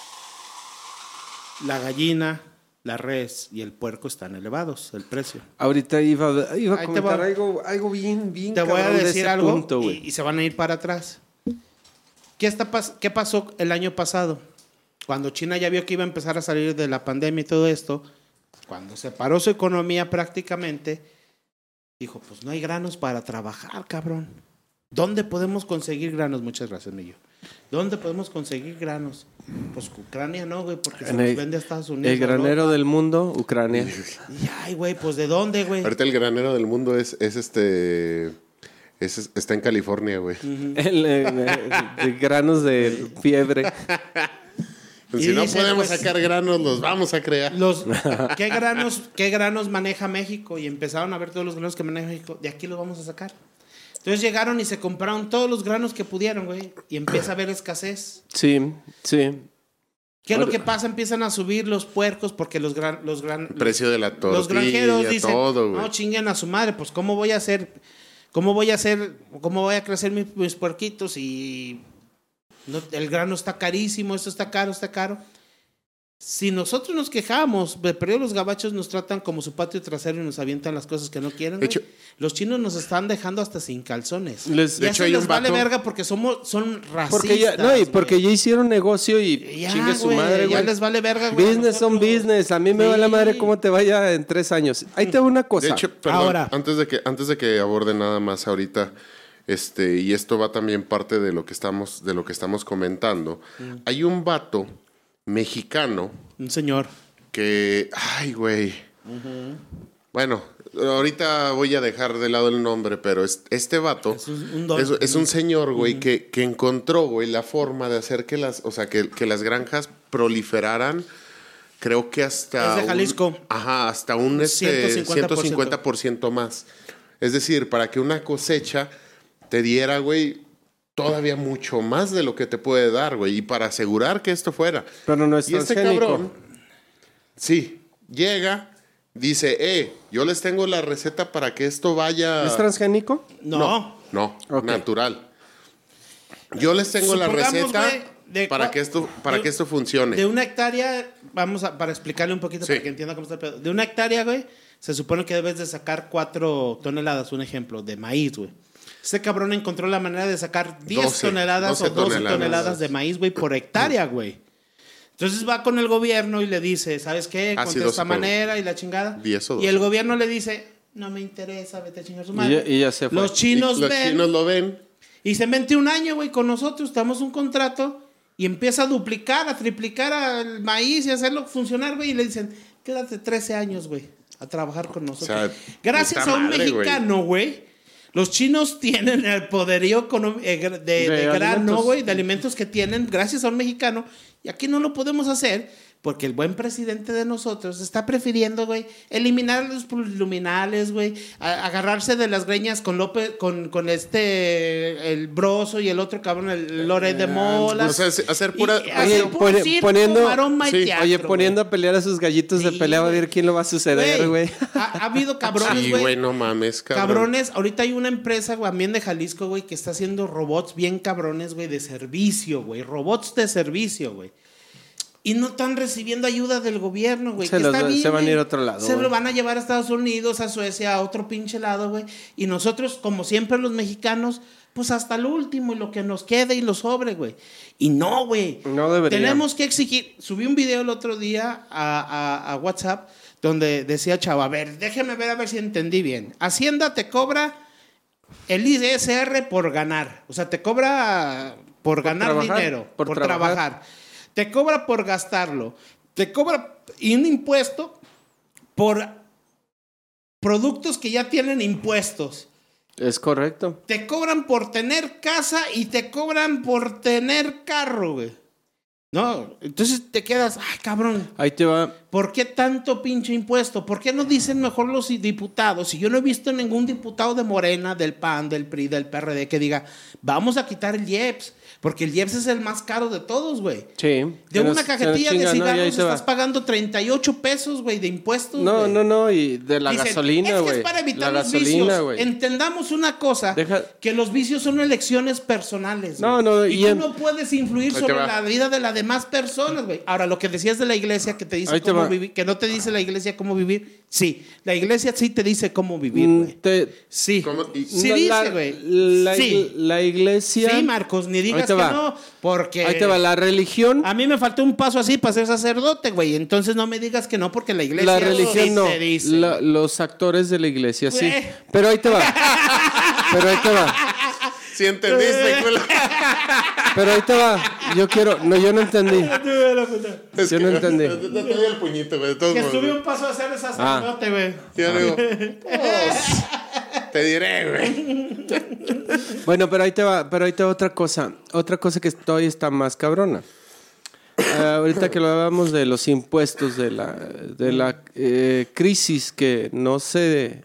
B: la gallina, la res y el puerco están elevados, el precio.
C: Ahorita iba a comentar algo bien
B: te voy a decir
C: de ese
B: algo
C: punto,
B: y se van a ir para atrás. ¿Qué pasó el año pasado? Cuando China ya vio que iba a empezar a salir de la pandemia y todo esto, cuando se paró su economía prácticamente, dijo, pues no hay granos para trabajar, cabrón. ¿Dónde podemos conseguir granos? Muchas gracias, Millo. ¿Dónde podemos conseguir granos? Pues Ucrania no, güey, porque se los vende a Estados Unidos.
C: El granero del mundo, Ucrania.
B: Y ay, güey, pues ¿de dónde, güey?
A: Ahorita el granero del mundo está en California, güey.
B: Uh-huh.
C: De granos de fiebre.
A: Pues si no podemos sacar granos, los vamos a crear.
B: ¿Qué granos maneja México? Y empezaron a ver todos los granos que maneja México. De aquí los vamos a sacar. Entonces llegaron y se compraron todos los granos que pudieron, güey. Y empieza a haber escasez.
C: Sí.
B: ¿Qué es lo que pasa? Empiezan a subir los puercos porque el
A: precio de la tortilla,
B: los granjeros dicen,
A: todo, güey.
B: No, chinguen a su madre, pues ¿cómo voy a crecer mis puerquitos? Y no, el grano está carísimo, esto está caro. Si nosotros nos quejamos, pero los gabachos nos tratan como su patio trasero y nos avientan las cosas que no quieren. De hecho, los chinos nos están dejando hasta sin calzones.
A: De hecho, les
B: vale verga porque son racistas.
C: Porque ya hicieron negocio y chingue su madre, güey.
B: Ya les vale verga, güey.
C: Business son business. A mí me vale la madre cómo te vaya en 3 años. Ahí te va una cosa.
A: De hecho, perdón, ahora, antes de que aborde nada más ahorita, y esto va también parte de lo que estamos comentando. Hay un vato mexicano.
B: Un señor.
A: Que, ay, güey. Uh-huh. Bueno, ahorita voy a dejar de lado el nombre, pero este vato es un señor, güey, uh-huh, que encontró, güey, la forma de hacer que las granjas proliferaran. Creo que hasta...
B: Es de Jalisco.
A: Hasta un 150% más. Es decir, para que una cosecha te diera, güey, todavía mucho más de lo que te puede dar, güey. Y para asegurar que esto fuera.
C: Pero no es
A: transgénico. Cabrón, sí, llega dice, yo les tengo la receta para que esto vaya...
C: ¿Es transgénico?
A: No,
C: Ok.
A: natural. Yo les tengo la
B: Supongamos,
A: receta
B: güey,
A: para que esto funcione.
B: De una hectárea, para explicarle un poquito
A: Sí.
B: para que entienda cómo está el pedo. De una hectárea, güey, se supone que debes de sacar 4 toneladas, un ejemplo, de maíz, güey. Este cabrón encontró la manera de sacar 10
A: 12
B: toneladas o 12 toneladas de maíz, güey, por hectárea, güey. Entonces va con el gobierno y le dice, ¿sabes qué?
A: Así
B: Contra
A: 12
B: esta
A: por
B: manera y la chingada.
A: 10 o
B: Y
A: 12.
B: el gobierno le dice, no me interesa, vete a chingar su madre.
C: Y ya se fue.
B: Los chinos
A: Los
B: ven
A: chinos lo ven.
B: y se mete un año, güey, con nosotros, damos un contrato y empieza a duplicar, a triplicar el maíz y hacerlo funcionar, güey. Y le dicen, quédate 13 años, güey, a trabajar con nosotros.
A: O sea,
B: gracias
A: puta
B: a un
A: madre,
B: mexicano, güey, los chinos tienen el poderío de grano,
C: alimentos.
B: güey, de alimentos que tienen gracias a un mexicano. Y aquí no lo podemos hacer porque el buen presidente de nosotros está prefiriendo, güey, eliminar los pluriluminales, güey, agarrarse de las greñas con López, con el Broso y el otro cabrón, el Loret de Mola.
A: O sea, hacer pura...
B: Y hacer puro
C: Oye,
B: circo,
C: poniendo-
B: maroma y
A: sí,
B: teatro,
C: Oye,
B: güey.
C: poniendo a pelear a sus gallitos de
B: Sí,
C: pelea, a
B: güey.
C: ver quién lo va a suceder, güey.
B: Ha habido cabrones,
A: Sí,
B: güey.
A: güey, no mames, cabrón.
B: Cabrones, ahorita hay una empresa, güey, también de Jalisco, güey, que está haciendo robots bien cabrones, güey, de servicio, güey. Robots de servicio, güey. Y no están recibiendo ayuda del gobierno, güey.
C: Se
B: que
C: los-
B: está bien,
C: se van a ir
B: güey.
C: a otro lado,
B: Se
C: güey.
B: lo van a llevar a Estados Unidos, a Suecia, a otro pinche lado, güey. Y nosotros, como siempre los mexicanos, pues hasta lo último y lo que nos quede y lo sobre, güey. Y no, güey.
C: No debería.
B: Tenemos que exigir. Subí un video el otro día a WhatsApp donde decía Chava, a ver, déjeme ver a ver si entendí bien. Hacienda te cobra el ISR por ganar. O sea, te cobra por ganar
C: trabajar,
B: dinero,
C: por
B: por
C: trabajar.
B: trabajar. Te cobra por gastarlo. Te cobra y un impuesto por productos que ya tienen impuestos.
C: Es correcto.
B: Te cobran por tener casa y te cobran por tener carro, güey. No, entonces te quedas, ay, cabrón,
C: Ahí te va.
B: ¿por qué tanto pinche impuesto? ¿Por qué no dicen mejor los diputados? Si yo no he visto ningún diputado de Morena, del PAN, del PRI, del PRD que diga, vamos a quitar el IEPS, porque el IEPS es el más caro de todos, güey.
C: Sí.
B: De una cajetilla de
C: chinga, ¿no? Y ahí
B: cigarros
C: se va.
B: estás pagando 38 pesos, güey, de impuestos.
C: No,
B: güey.
C: no, y de la
B: Dicen,
C: gasolina,
B: es que
C: güey.
B: es para evitar
C: La
B: los
C: gasolina,
B: vicios.
C: güey.
B: Entendamos una cosa,
C: Deja-
B: que los vicios son elecciones personales.
C: No,
B: güey.
C: no,
B: y
C: y
B: tú
C: en-
B: no puedes influir
A: Ahí te
B: sobre
A: va.
B: la vida de las demás personas, güey. Ahora, lo que decías de la iglesia que te dice
C: Ahí te
B: cómo
C: va.
B: vivir, que no te dice la iglesia cómo vivir. Sí, la iglesia sí te dice cómo vivir,
C: Mm,
B: güey.
C: te-
B: Sí,
A: ¿Cómo? Y-
B: sí
C: no,
B: dice, güey. Sí.
C: La iglesia.
B: Sí, Marcos, ni digas
C: Ahí te
B: que
C: va.
B: no, porque
C: Ahí te va. La religión.
B: a mí me faltó un paso así para ser sacerdote, güey. Entonces no me digas que no, porque la iglesia
C: La religión
B: sí
C: no.
B: te dice.
C: Los actores de la iglesia, sí.
B: Güey.
C: Pero ahí te va. Pero ahí te va.
A: Si entendiste, culo.
C: Pero ahí te va. Yo quiero. No, yo no entendí.
A: Es
C: Yo
A: que-
C: no entendí.
A: No te doy el puñito, güey. De todos
B: Que
A: modos,
B: estuve
A: güey.
B: un paso a ser sacerdote, güey.
A: Yo digo, pues, te diré, güey.
C: Bueno, pero ahí te va otra cosa. Otra cosa que todavía está más cabrona. Ahorita que lo hablábamos de los impuestos, de la crisis que no se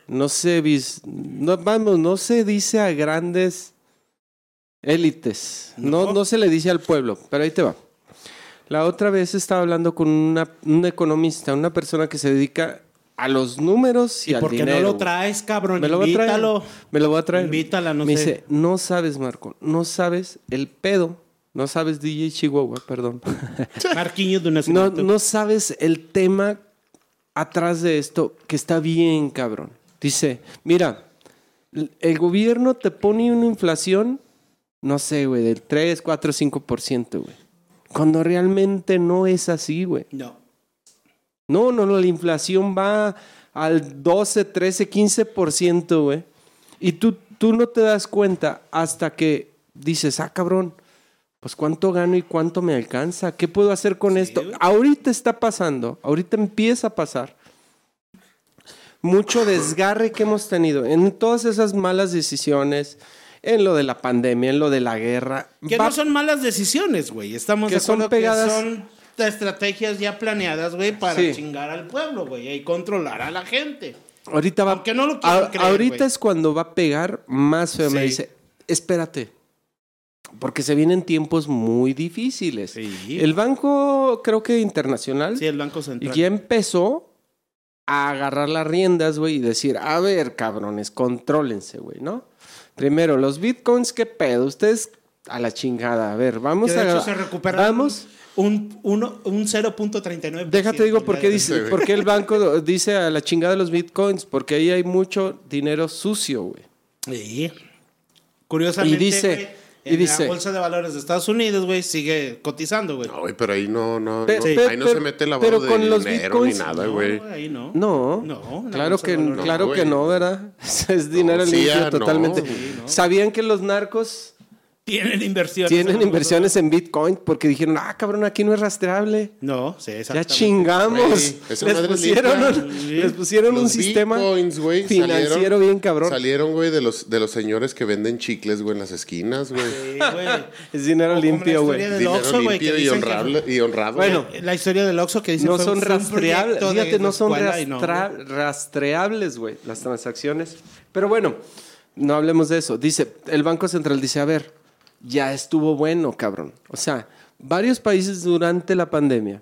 C: dice a grandes élites. No se le dice al pueblo, pero ahí te va. La otra vez estaba hablando con un economista, una persona que se dedica a los números y al
B: ¿Por qué
C: dinero.
B: no lo
C: güey.
B: traes, cabrón?
C: Me lo voy a traer.
B: Invítalo.
C: Me lo voy a traer.
B: Invítala, no
C: Me
B: sé.
C: dice, no sabes, Marco, no sabes el pedo. No sabes, DJ Chihuahua, perdón.
B: Marquinhos de
C: No,
B: nacimiento.
C: no sabes el tema atrás de esto que está bien, cabrón. Dice, mira, el gobierno te pone una inflación, no sé, güey, del 3, 4, 5%, güey. Cuando realmente no es así, güey.
B: No.
C: No, la inflación va al 12, 13, 15%, güey. Y tú no te das cuenta hasta que dices, cabrón, pues ¿cuánto gano y cuánto me alcanza? ¿Qué puedo hacer con esto?
B: güey.
C: Ahorita está pasando, ahorita empieza a pasar. Mucho desgarre que hemos tenido en todas esas malas decisiones, en lo de la pandemia, en lo de la guerra.
B: Que no son malas decisiones, güey. Estamos
C: Que
B: de acuerdo
C: son pegadas.
B: que son estrategias ya planeadas, güey, para
C: Sí.
B: chingar al pueblo, güey, y controlar a la gente.
C: Ahorita va.
B: Aunque no lo quieran creer,
C: ahorita
B: güey.
C: es cuando va a pegar más feo. Me
B: Sí.
C: dice, espérate, porque se vienen tiempos muy difíciles.
B: Sí.
C: El Banco, creo que internacional,
B: Sí, el Banco Central.
C: ya empezó a agarrar las riendas, güey, y decir, a ver, cabrones, contrólense, güey, ¿no? Primero, los bitcoins, ¿qué pedo? Ustedes a la chingada. A ver, vamos
B: Que de
C: a...
B: hecho se recuperaron
C: Vamos.
B: un 0.39%.
C: Déjate digo por qué
A: Sí, güey.
C: por qué el banco dice a la chingada de los bitcoins. Porque ahí hay mucho dinero sucio, güey.
B: Sí. Curiosamente,
C: Y dice-
B: güey,
C: y
B: en
C: dice-
B: la bolsa de valores de Estados Unidos, güey, sigue cotizando, güey.
A: No, güey, pero ahí no,
C: Pe-
A: ahí no
C: pe-
A: se mete lavado
C: pero
A: de
C: con los
A: dinero ni
C: bitcoins-
A: nada,
B: No,
A: güey.
B: ahí no.
C: No,
B: No, la
C: claro
B: bolsa
C: que,
B: de valores.
C: claro
A: No,
C: que
A: güey.
C: no, ¿verdad? Es dinero
A: sí,
C: limpio
A: no.
C: totalmente.
A: Sí,
B: no.
C: ¿Sabían que los narcos
B: Tienen inversiones.
C: tienen
B: en la
C: inversiones
B: bolsa?
C: en Bitcoin? Porque dijeron, cabrón, aquí no es rastreable.
B: No, sí,
C: Ya
B: exactamente.
C: chingamos.
A: Güey, esa
C: Les
A: madre es
C: pusieron,
A: limpia.
C: les pusieron un
A: Los
C: sistema
A: bitcoins, güey,
C: financiero bien cabrón.
A: Salieron, güey, de los señores que venden chicles, güey, en las esquinas, güey.
B: Sí, güey.
C: Es dinero
B: O como
C: limpio,
B: la
C: güey.
B: historia del
A: Dinero
B: Oxxo, güey,
A: limpio
B: que
A: y
B: dicen que-
A: honrado.
C: Bueno,
B: La historia del Oxxo que dicen
C: No
B: fue
C: son
B: un
C: rastreables,
B: proyecto de
C: fíjate, no son
B: escuela y no, güey.
C: rastreables, güey, las transacciones. Pero bueno, no hablemos de eso. Dice, el Banco Central dice, a ver, ya estuvo bueno, cabrón. O sea, varios países durante la pandemia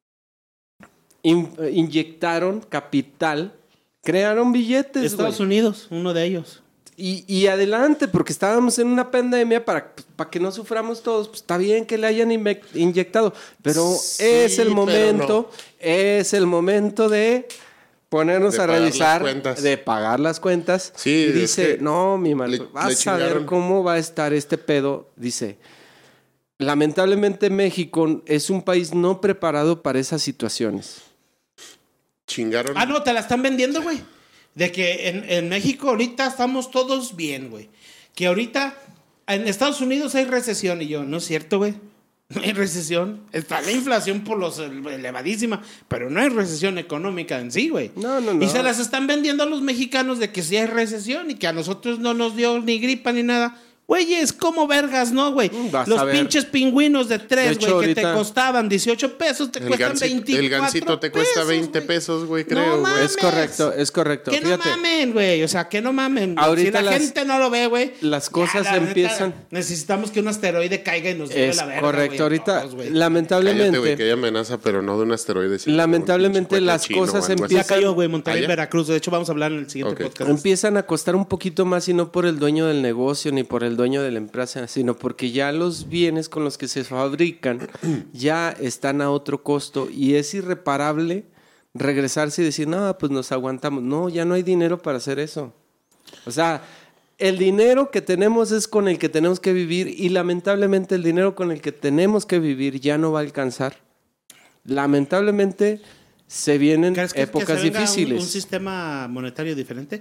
C: inyectaron capital, crearon billetes,
B: Estados
C: güey.
B: Unidos, uno de ellos.
C: Y adelante, porque estábamos en una pandemia para que no suframos todos. Pues está bien que le hayan inyectado, pero
A: Sí,
C: es el
A: pero
C: momento, es el momento de ponernos
A: De
C: a
A: pagar
C: revisar,
A: las cuentas.
C: de pagar las cuentas.
A: Sí,
C: y
A: es
C: dice,
A: que
C: no, mi mal,
A: le
C: vas a ver
A: chingaron.
C: cómo va a estar este pedo. Dice, lamentablemente México es un país no preparado para esas situaciones.
A: Chingaron.
B: Ah, no, te la están vendiendo, güey. De que en México ahorita estamos todos bien, güey. Que ahorita en Estados Unidos hay recesión. Y yo, no es cierto, güey. No hay recesión. Está la inflación por los elevadísima, pero no hay recesión económica en sí, güey.
C: No.
B: Y se las están vendiendo a los mexicanos de que sí hay recesión y que a nosotros no nos dio ni gripa ni nada. Güeyes, ¿cómo vergas, no, güey?
C: Vas
B: Los
C: a ver.
B: pinches pingüinos de
C: De
B: 3,
C: hecho,
B: güey, que te
C: ahorita-
B: costaban 18 pesos, te cuestan 24
A: el gansito te cuesta
B: pesos,
A: 20
B: güey.
A: pesos, güey,
B: No
A: creo, güey.
B: mames.
C: Es correcto.
B: Que
C: Fíjate.
B: no mamen, güey. O sea, que no mamen.
C: Ahorita
B: si la
C: las-
B: gente no lo ve, güey.
C: las cosas
B: ya, la neta,
C: empiezan-
B: necesitamos que un asteroide caiga y nos lleve
C: Es
B: la verga.
C: correcto.
B: güey, a
C: Ahorita,
B: todos, güey.
C: lamentablemente...
A: Cállate, güey, que hay amenaza, pero no de un asteroide. sino de un
C: Lamentablemente
A: pinche
C: las
A: cohete chino
C: cosas
A: o algo así.
B: Ya
C: empiezan-
B: cayó, güey, Monterrey,
A: ¿Ah, ya?
B: Veracruz. De hecho, vamos a hablar en el siguiente
A: Ok.
B: podcast.
C: Empiezan a costar un poquito más y no por el dueño del negocio ni por el dueño de la empresa, sino porque ya los bienes con los que se fabrican ya están a otro costo y es irreparable regresarse y decir, no, pues nos aguantamos. No, ya no hay dinero para hacer eso. O sea, el dinero que tenemos es con el que tenemos que vivir y lamentablemente el dinero con el que tenemos que vivir ya no va a alcanzar. Lamentablemente se vienen
B: ¿Crees que
C: épocas
B: se venga
C: difíciles.
B: un sistema monetario diferente?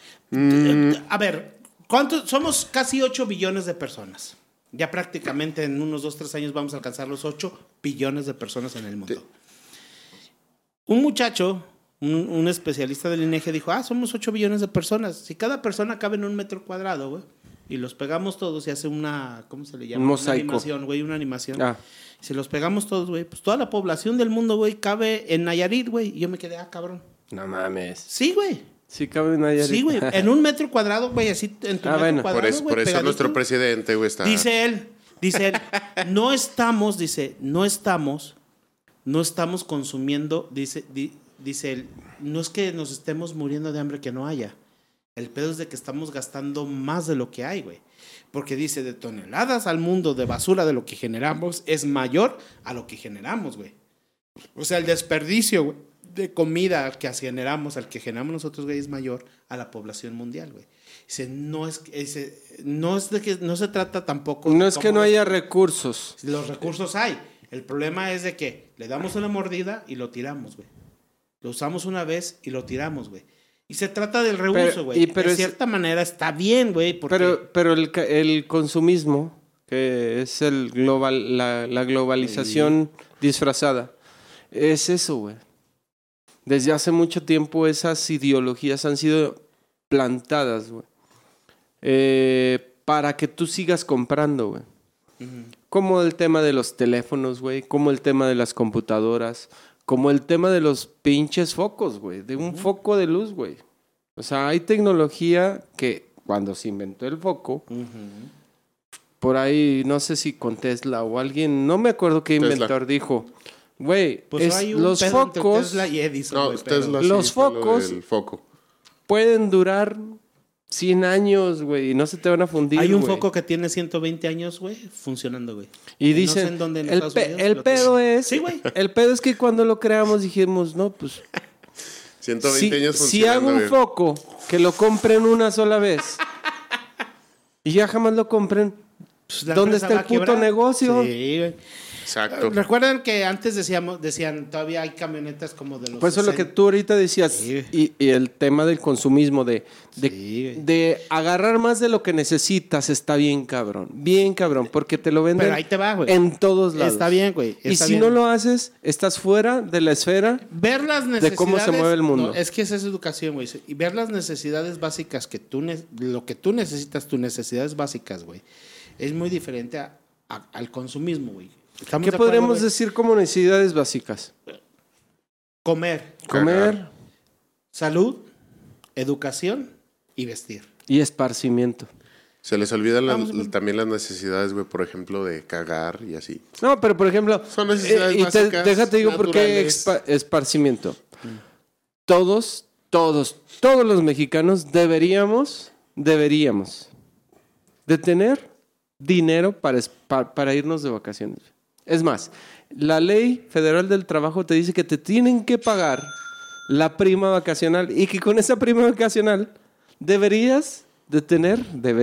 B: A ver, somos casi 8 billones de personas. Ya prácticamente en unos 2-3 años vamos a alcanzar los 8 billones de personas en el mundo. Un muchacho, un especialista del INEGI dijo, somos 8 billones de personas. Si cada persona cabe en 1 metro cuadrado, güey, y los pegamos todos y hace una, ¿cómo se le llama?
C: Un mosaico.
B: Una animación, güey, una animación.
C: Ah.
B: Si los pegamos todos, güey, pues toda la población del mundo, güey, cabe en Nayarit, güey. Y yo me quedé, cabrón.
C: No mames.
B: Sí, güey.
C: Sí, cabe Nayarit.
B: Sí, güey. En 1 metro cuadrado, güey, así en tu metro
C: bueno.
B: cuadrado,
A: Por eso,
B: güey,
A: por eso nuestro
B: pegadito.
A: presidente, güey, está...
B: Dice él, no estamos consumiendo, dice él, no es que nos estemos muriendo de hambre que no haya. El pedo es de que estamos gastando más de lo que hay, güey. Porque dice, de toneladas al mundo de basura de lo que generamos es mayor a lo que generamos, güey. O sea, el desperdicio, güey, de comida que generamos, al que generamos nosotros, güey, es mayor a la población mundial, güey. Dice, no se trata tampoco...
C: No es
B: como
C: que no haya recursos.
B: los recursos hay. El problema es de que le damos una mordida y lo tiramos, güey. Lo usamos una vez y lo tiramos, güey. Y se trata del reuso, güey.
C: pero
B: De
C: es-
B: cierta manera está bien, güey. Porque
C: Pero el consumismo, que es la globalización disfrazada, es eso, güey. Desde hace mucho tiempo esas ideologías han sido plantadas, güey. Para que tú sigas comprando, güey. Como el tema de los teléfonos, güey. Como el tema de las computadoras. Como el tema de los pinches focos, güey. De un foco de luz, güey. O sea, hay tecnología que cuando se inventó el foco, por ahí, no sé si con Tesla o alguien, no me acuerdo qué
A: Tesla.
C: inventor dijo, Güey,
B: Pues hay un
C: los
B: pedo entre
C: focos
B: Tesla y Edison,
A: No,
B: güey, pero-
A: Tesla
C: Los
A: sí fue lo
C: focos-
A: del foco.
C: pueden durar 100 años, güey, y no se te van a fundir,
B: Hay un
C: güey.
B: foco que tiene 120 años, güey, funcionando, güey.
C: Y
B: No
C: dicen,
B: sé en dónde en
C: el,
B: Estados Unidos,
C: el
B: pero
C: pedo
B: tiene.
C: es,
B: Sí, güey.
C: el pedo es que cuando lo creamos dijimos, no, pues
A: 120 años
C: si hago
A: funcionando.
C: un
A: güey.
C: foco que lo compren una sola vez y ya jamás lo compren,
B: Pues la
C: ¿dónde
B: empresa
C: está
B: va
C: el
B: a
C: puto
B: quebrar.
C: negocio?
B: Sí, güey.
A: Exacto.
B: Recuerdan que antes decían, todavía hay camionetas como de los...
C: Pues eso es lo que
B: 60.
C: tú ahorita decías.
B: Sí.
C: Y el tema del consumismo,
B: Sí, güey.
C: de agarrar más de lo que necesitas, está bien cabrón. Bien cabrón, porque te lo venden
B: Pero ahí te va, güey.
C: en todos lados.
B: Está bien, güey.
C: Y
B: está
C: si
B: bien.
C: no lo haces, estás fuera de la esfera.
B: Ver las necesidades...
C: de cómo se mueve el mundo.
B: No, es que esa es educación, güey. Y ver las necesidades básicas que lo que tú necesitas, tus necesidades básicas, güey, es muy diferente al consumismo, güey. ¿Estamos
C: ¿Qué
B: de acuerdo,
C: podríamos
B: güey?
C: decir como necesidades básicas?
B: Comer,
C: Comer
B: salud, educación y vestir.
C: y esparcimiento.
A: Se les olvidan
B: Vamos,
A: también las necesidades, güey, por ejemplo, de cagar y así.
C: No, pero por ejemplo,
A: Son necesidades
C: y
A: básicas,
C: déjate digo por qué
A: naturales.
C: esparcimiento. Todos los mexicanos deberíamos de tener dinero para irnos de vacaciones. Es más, la ley federal del trabajo te dice que te tienen que pagar la prima vacacional y que con esa prima vacacional deberías de tener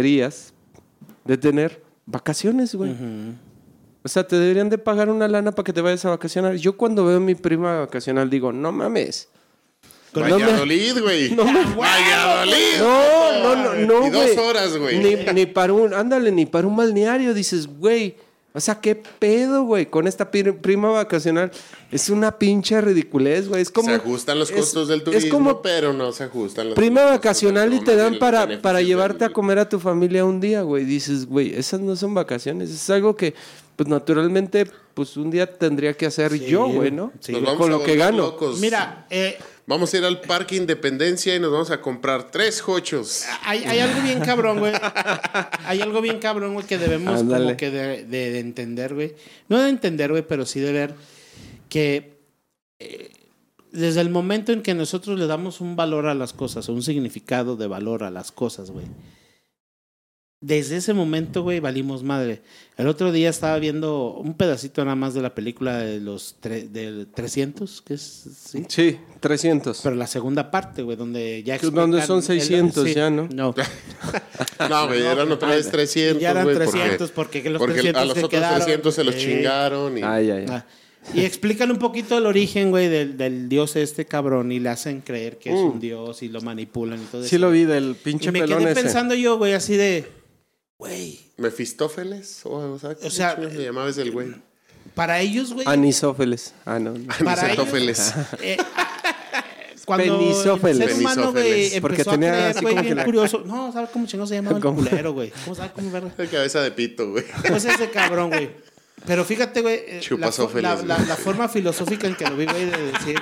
C: vacaciones, güey. O sea, te deberían de pagar una lana para que te vayas a vacacionar. Yo cuando veo mi prima vacacional digo, no mames. No me-
A: Valladolid, güey.
C: No me-
A: Valladolid.
C: No,
A: Y 2
C: güey.
A: horas, güey.
C: Ni para un balneario. Dices, güey, o sea, ¿qué pedo, güey? Con esta prima vacacional. Es una pinche ridiculez, güey. Es como...
A: Se ajustan los costos del turismo,
C: Es como
A: pero no se ajustan los
C: prima
A: costos
C: vacacional
A: del
C: y te dan
A: los
C: para
A: beneficios
C: llevarte a
A: del-
C: comer a tu familia un día, güey. Dices, güey, esas no son vacaciones. Es algo que, pues, naturalmente, pues, un día tendría que hacer yo, güey, ¿no?
B: Sí,
A: Nos
B: güey.
A: vamos
C: Con
A: a
C: lo que
A: volver
C: gano.
A: locos.
B: Mira,
A: Vamos a ir al Parque Independencia y nos vamos a comprar 3 jochos.
B: hay algo bien cabrón, güey. Hay algo bien cabrón, güey, que debemos
C: Ándale.
B: como que de entender, güey. No de entender, güey, pero sí de ver que desde el momento en que nosotros le damos un valor a las cosas, o un significado de valor a las cosas, güey. Desde ese momento, güey, valimos madre. El otro día estaba viendo un pedacito nada más de la película de del 300, que es... ¿sí?
C: Sí, 300.
B: Pero la segunda parte, güey, donde ya
C: Donde
B: explican
C: son 600 ya, ¿no?
B: No.
A: No, güey, eran otra vez 300,
B: Ya eran
A: güey,
B: 300 porque los
A: porque
B: 300
A: a los
B: que
A: otros
B: quedaron,
A: 300 se los chingaron. Y...
C: Ay, ay, ay.
B: Ah, y explican un poquito el origen, güey, del dios este cabrón y le hacen creer que es un dios y lo manipulan y todo eso.
C: Sí lo vi del
B: Y
C: pinche
B: me
C: pelón
B: quedé
C: ese.
B: pensando yo, güey, así de, güey,
A: ¿Mefistófeles? O sea, ¿qué
B: O sea,
A: chingados se llamaba ese el güey?
B: para ellos, güey,
C: Anisófeles. Ah, no. no.
B: para ellos,
A: Anistófeles.
B: cuando el
C: Penisófeles.
B: ser humano, güey,
A: Penisófeles.
C: Porque
B: empezó
C: tenía
B: a creer,
C: así
B: güey,
C: como
B: bien
C: que la-
B: curioso. No, ¿sabes cómo chingados se llamaba el
C: ¿Cómo?
B: culero, güey? ¿Cómo sabe cómo verga?
A: De cabeza de pito, güey.
B: Pues ese cabrón, güey. Pero fíjate, güey,
A: Chupasófeles,
B: la
A: güey.
B: forma filosófica en que lo vi, güey, de decir,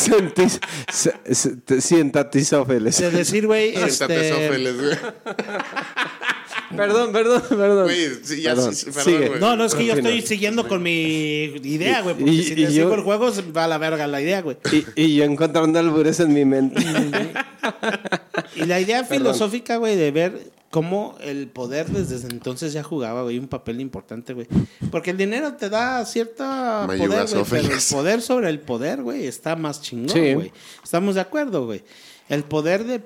C: Sientatisófeles.
B: de decir, güey,
A: Siéntate, güey.
C: Perdón.
A: Güey, sí, ya
C: Perdón,
A: sí, perdón,
C: sigue.
A: güey.
B: No, es que yo
C: Continúa.
B: estoy siguiendo con mi idea, güey. Porque
C: Y-
B: si
C: y
B: te
C: yo-
B: sigo el juego, se va a la verga la idea, güey.
C: Y yo encontrando albures en mi mente.
B: Y la idea filosófica, güey, de ver cómo el poder desde entonces ya jugaba, güey, un papel importante, güey. Porque el dinero te da cierta poder, güey, pero el
A: Mayugasófeles.
B: poder sobre el poder, güey, está más chingón,
C: Sí.
B: güey. Estamos de acuerdo, güey. El poder de...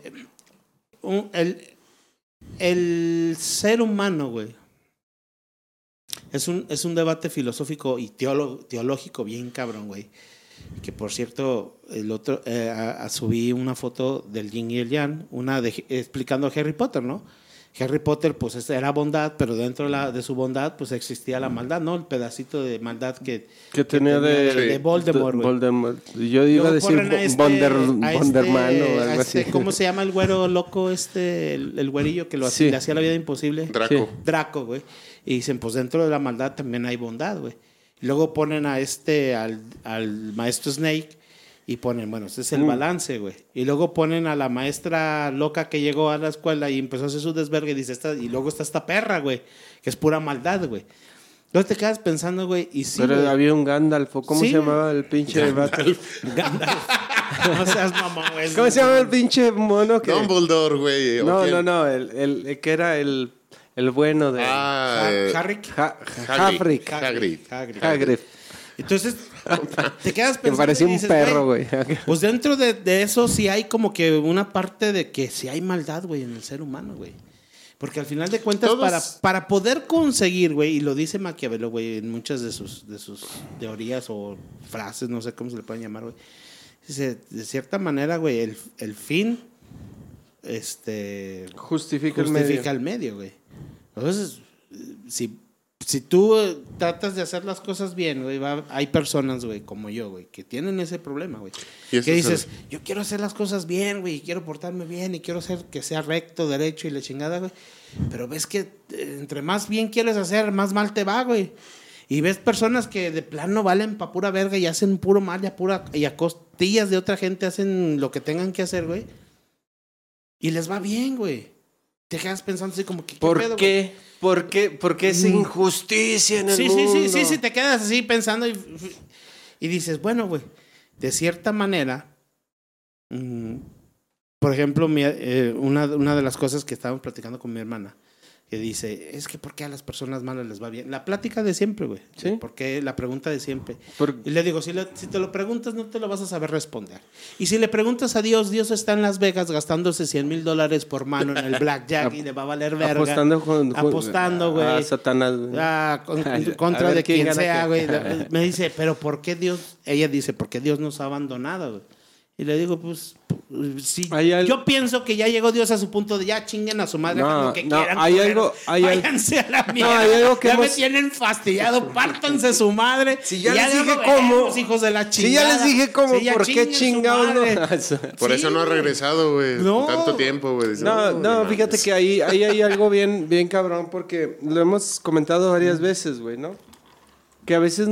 B: el ser humano, güey, es un debate filosófico y teológico bien cabrón, güey. Que por cierto, el otro subí una foto del yin y el yang, explicando a Harry Potter, ¿no? Harry Potter, pues era bondad, pero dentro de su bondad, pues existía la maldad, ¿no? El pedacito de maldad que
C: tenía
B: de Voldemort, güey.
C: Voldemort. Yo iba a
B: Luego
C: decir
B: corren a
C: Bonderman o algo así.
B: ¿Cómo se llama el güero loco el güerillo que
C: Sí.
B: le hacía la vida imposible?
A: Draco.
C: Sí.
B: Draco, güey. Y dicen, pues dentro de la maldad también hay bondad, güey. Y luego ponen al maestro Snake y ponen, bueno, ese es el balance, güey. Y luego ponen a la maestra loca que llegó a la escuela y empezó a hacer su desvergue y dice, y luego está esta perra, güey, que es pura maldad, güey. Entonces te quedas pensando, güey, y sí,
C: Pero
B: güey.
C: había un Gandalf, ¿cómo
B: Sí,
C: se llamaba el pinche vato?
B: Gandalf. No seas mamón, güey.
C: ¿Cómo se llama el pinche mono que...
A: Dumbledore, güey. ¿o
C: No,
A: quién?
C: no, el que era el bueno de...
B: Harry.
C: Hagrid.
B: Hagrid. Entonces, te quedas
C: Que
B: pensando.
C: parecía
B: y
C: un
B: dices,
C: perro, güey.
B: Pues dentro de eso sí hay como que una parte de que sí hay maldad, güey, en el ser humano, güey. Porque al final de cuentas, para poder conseguir, güey, y lo dice Maquiavelo, güey, en muchas de sus teorías o frases, no sé cómo se le pueden llamar, güey. Dice, de cierta manera, güey, el fin
C: Justifica
B: el medio, güey. Entonces, si tú tratas de hacer las cosas bien, güey, hay personas, güey, como yo, güey, que tienen ese problema, güey. Que dices, yo quiero hacer las cosas bien, güey, y quiero portarme bien, y quiero hacer que sea recto, derecho y la chingada, güey. Pero ves que entre más bien quieres hacer, más mal te va, güey. Y ves personas que de plano valen pa' pura verga y hacen puro mal y a costillas de otra gente hacen lo que tengan que hacer, güey. Y les va bien, güey. Te quedas pensando así como que...
C: ¿Por qué? ¿Por qué esa injusticia en el mundo?
B: Sí, te quedas así pensando y dices, bueno, güey, de cierta manera, por ejemplo, una de las cosas que estábamos platicando con mi hermana, que dice, es que ¿por qué a las personas malas les va bien? La plática de siempre, güey.
C: ¿Sí?
B: Porque la pregunta de siempre. Y le digo, si te lo preguntas, no te lo vas a saber responder. Y si le preguntas a Dios, Dios está en Las Vegas gastándose $100,000 por mano en el blackjack y le va a valer verga. Apostando, güey.
C: A Satanás, güey.
B: Contra de quien sea, güey.
C: ¿Qué?
B: Me dice, pero ¿por qué Dios? Ella dice, ¿por qué Dios nos ha abandonado, güey? Y le digo, pues, sí. Yo pienso que ya llegó Dios a su punto de ya chinguen a su madre, lo que quieran. Váyanse a la mierda.
C: Hay algo que
B: ya me tienen fastidiado, pártanse su madre.
C: Si ya les dije cómo,
B: hijos de la chingada.
C: Si ya les dije cómo, ¿por qué chingados no?
A: Por eso no ha regresado, güey.
B: No.
A: Tanto tiempo, güey.
C: No, fíjate que ahí hay algo bien cabrón, porque lo hemos comentado varias veces, güey, ¿no? Que a veces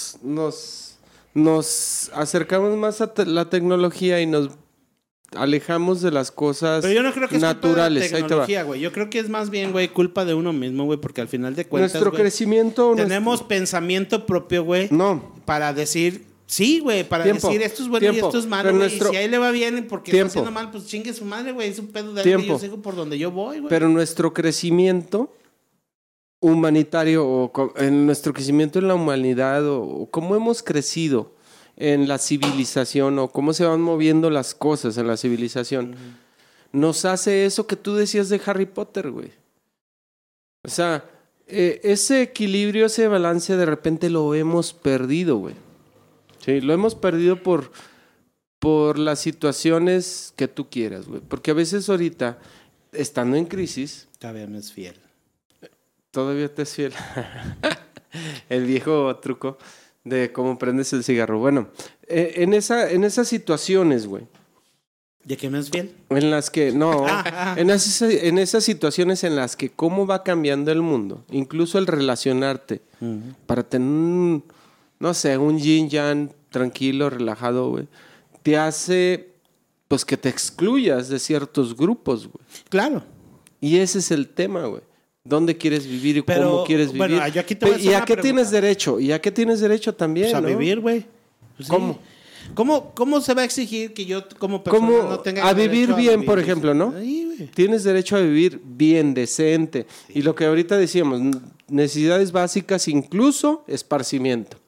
C: nos acercamos más a la tecnología y nos alejamos de las cosas naturales.
B: Pero yo no creo que es culpa de la tecnología, güey. Yo creo que es más bien, güey, culpa de uno mismo, güey, porque al final de cuentas,
C: nuestro crecimiento...
B: Tenemos pensamiento propio, güey.
C: No.
B: Para decir... Sí, güey, para decir esto es bueno y esto es malo, güey. Y si ahí le va bien porque está haciendo mal, pues chingue su madre, güey. Es un pedo de él, yo sigo por donde yo voy, güey.
C: Pero nuestro crecimiento humanitario o en nuestro crecimiento en la humanidad o cómo hemos crecido en la civilización o cómo se van moviendo las cosas en la civilización nos hace eso que tú decías de Harry Potter, güey. O sea, ese equilibrio, ese balance de repente lo hemos perdido, güey. Sí, lo hemos perdido por las situaciones que tú quieras, güey. Porque a veces ahorita, estando en crisis...
B: Todavía me es fiel.
C: Todavía te es fiel. El viejo truco de cómo prendes el cigarro. Bueno, en esas situaciones, güey.
B: ¿De qué me es fiel?
C: En las que, no, en esas situaciones en las que cómo va cambiando el mundo, incluso el relacionarte, para tener no sé, un yin yang tranquilo, relajado, güey, te hace, pues, que te excluyas de ciertos grupos, güey.
B: Claro.
C: Y ese es el tema, güey. ¿Dónde quieres vivir y cómo quieres vivir?
B: Bueno, yo aquí te voy a hacer
C: ¿Y a qué tienes derecho? ¿Y a qué tienes derecho también?
B: Pues a vivir, güey. Pues
C: ¿Cómo?
B: Sí. ¿Cómo se va a exigir que yo como persona no tenga
C: a vivir bien, por ejemplo, ¿no?
B: Ahí, güey.
C: Tienes derecho a vivir bien, decente. Sí. Y lo que ahorita decíamos, necesidades básicas, incluso esparcimiento.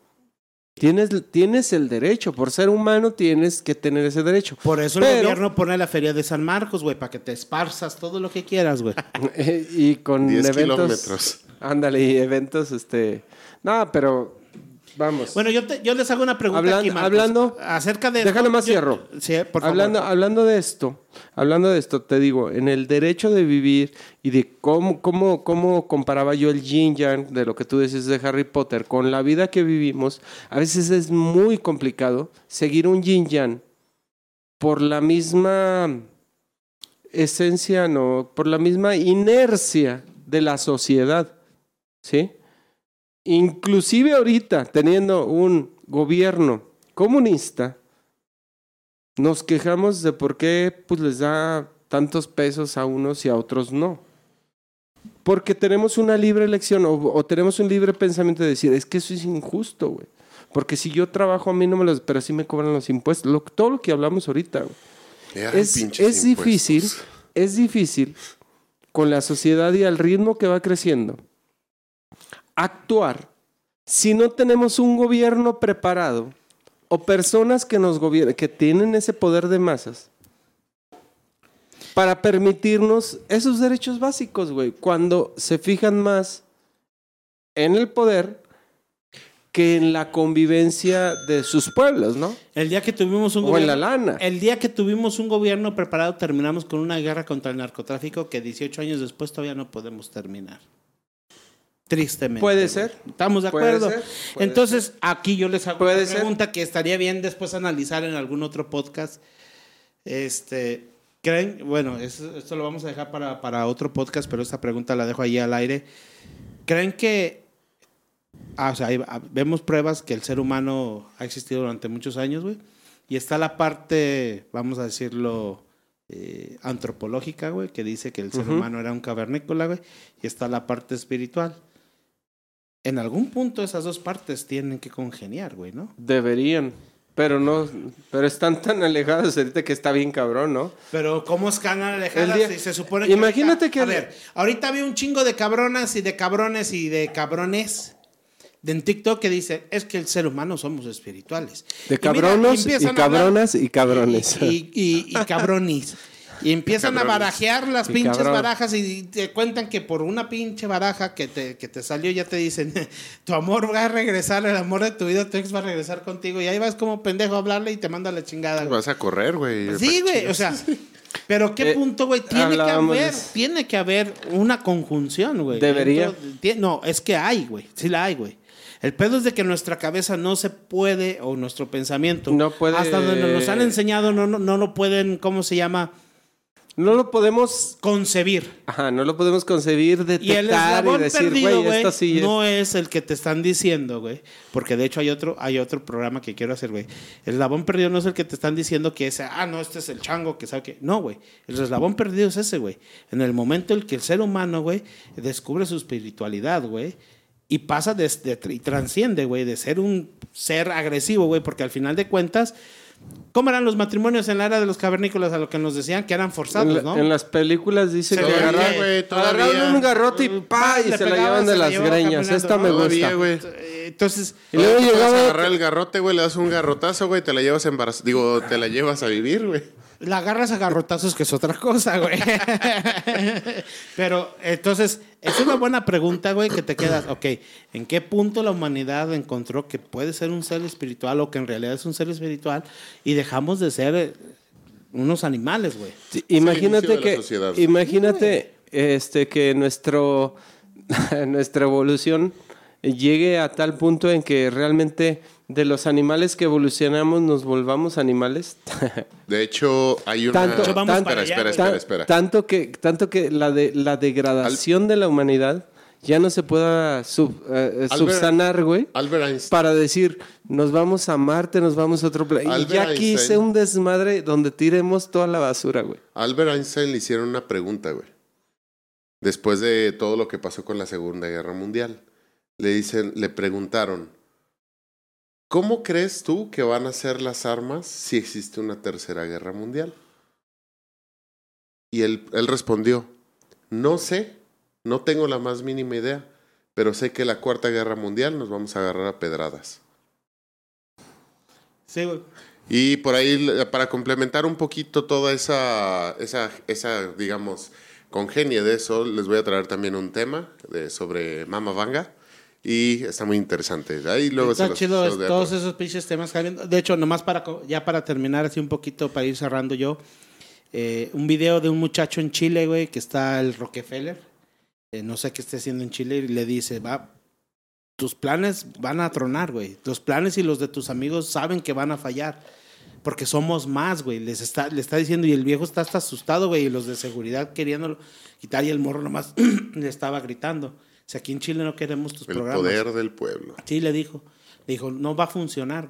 C: Tienes el derecho, por ser humano tienes que tener ese derecho.
B: Por eso el gobierno pone la feria de San Marcos, güey, para que te esparzas todo lo que quieras, güey.
C: Y con
A: 10
C: eventos,
A: kilómetros.
C: Ándale, y eventos, no, pero vamos.
B: Bueno, yo les hago una pregunta aquí, Marcos.
C: Hablando
B: acerca de...
C: Déjalo más cierro.
B: Sí, por favor.
C: Hablando de esto, te digo, en el derecho de vivir y de cómo comparaba yo el yin yang de lo que tú decías de Harry Potter con la vida que vivimos, a veces es muy complicado seguir un yin yang por la misma esencia, no, por la misma inercia de la sociedad, ¿sí? Inclusive ahorita, teniendo un gobierno comunista, nos quejamos de por qué pues, les da tantos pesos a unos y a otros no. porque tenemos una libre elección o tenemos un libre pensamiento de decir, es que eso es injusto, güey. Porque si yo trabajo a mí no me los, pero sí me cobran los impuestos. Todo lo que hablamos ahorita, güey. Es difícil con la sociedad y al ritmo que va creciendo actuar si no tenemos un gobierno preparado o personas que nos gobiernan, que tienen ese poder de masas para permitirnos esos derechos básicos, güey, cuando se fijan más en el poder que en la convivencia de sus pueblos, ¿no?
B: El día que tuvimos un
C: gobierno, en la lana.
B: El día que tuvimos un gobierno preparado, terminamos con una guerra contra el narcotráfico que 18 años después todavía no podemos terminar. Tristemente.
C: Puede ser.
B: Estamos de acuerdo. Entonces,
C: ser.
B: aquí yo les hago una pregunta que estaría bien después analizar en algún otro podcast. ¿Creen? Bueno, esto lo vamos a dejar para otro podcast, pero esta pregunta la dejo ahí al aire. ¿Creen que o sea, vemos pruebas que el ser humano ha existido durante muchos años, güey? Y está la parte, vamos a decirlo, antropológica, güey, que dice que el ser humano era un cavernícola, güey. Y está la parte espiritual. En algún punto esas dos partes tienen que congeniar, güey, ¿no?
C: Deberían. Pero están tan alejadas ahorita que está bien cabrón, ¿no?
B: Pero ¿cómo están alejadas? Si se supone que
C: imagínate
B: a ver, ahorita había un chingo de cabronas y de cabrones y de cabrones en TikTok que dice, es que el ser humano somos espirituales.
C: De cabronos y cabronas y cabrones.
B: Y cabronis. Y empiezan a barajear las pinches barajas y te cuentan que por una pinche baraja que te salió ya te dicen, tu amor va a regresar, el amor de tu vida, tu ex va a regresar contigo. Y ahí vas como pendejo a hablarle y te manda la chingada, güey.
A: Vas a correr, güey.
B: Sí, güey, o sea... Pero ¿qué punto, güey? Tiene que haber una conjunción, güey.
C: Debería.
B: No, es que hay, güey. Sí la hay, güey. El pedo es de que nuestra cabeza no se puede, o nuestro pensamiento,
C: no puede,
B: hasta donde nos han enseñado, no lo pueden, ¿cómo se llama?
C: No lo podemos
B: concebir.
C: Ajá, no lo podemos concebir, detectar
B: y el eslabón
C: decir,
B: perdido, güey,
C: esto sí
B: no es el que te están diciendo, güey. Porque de hecho hay otro programa que quiero hacer, güey. El eslabón perdido no es el que te están diciendo que ese, no, este es el chango que sabe que. No, güey. El eslabón perdido es ese, güey. En el momento en que el ser humano, güey, descubre su espiritualidad, güey. Y pasa y transciende, güey, de ser un ser agresivo, güey. Porque al final de cuentas, ¿cómo eran los matrimonios en la era de los cavernícolas? A lo que nos decían que eran forzados, ¿no?
C: En las películas dice que agarraron un garrote y se la llevan de las greñas. Esta me gusta.
B: Entonces,
A: y luego llegaba a agarrar el garrote, güey, le das un garrotazo, güey, te la llevas te la llevas a vivir, güey.
B: La agarras a garrotazos, que es otra cosa, güey. Pero, entonces, es una buena pregunta, güey, que te quedas, ok, ¿en qué punto la humanidad encontró que puede ser un ser espiritual o que en realidad es un ser espiritual y dejamos de ser unos animales, güey?
C: Sí, imagínate que nuestra evolución llegue a tal punto en que realmente de los animales que evolucionamos nos volvamos animales.
A: De hecho, hay una... Espera.
C: Tanto que la degradación de la humanidad ya no se pueda subsanar, güey. Para decir, nos vamos a Marte, nos vamos a otro planeta. Y ya aquí hice un desmadre donde tiremos toda la basura, güey.
A: Albert Einstein le hicieron una pregunta, güey. Después de todo lo que pasó con la Segunda Guerra Mundial. Le preguntaron, ¿cómo crees tú que van a ser las armas si existe una tercera guerra mundial? Y él respondió, no sé, no tengo la más mínima idea, pero sé que la cuarta guerra mundial nos vamos a agarrar a pedradas.
B: Sí, güey.
A: Y por ahí, para complementar un poquito toda esa digamos, congenia de eso, les voy a traer también un tema sobre Mama Vanga. Y está muy interesante. Ahí luego
B: está chido todos esos pinches temas. De hecho, nomás para terminar así un poquito, para ir cerrando yo, un video de un muchacho en Chile, güey, que está el Rockefeller, no sé qué esté haciendo en Chile, y le dice, tus planes van a tronar, güey. Los planes y los de tus amigos saben que van a fallar. Porque somos más, güey. Le está diciendo, y el viejo está hasta asustado, güey, y los de seguridad queriéndolo quitar, y el morro nomás le estaba gritando. O sea, aquí en Chile no queremos tus programas.
A: El poder del pueblo.
B: Sí, le dijo, no va a funcionar, güey.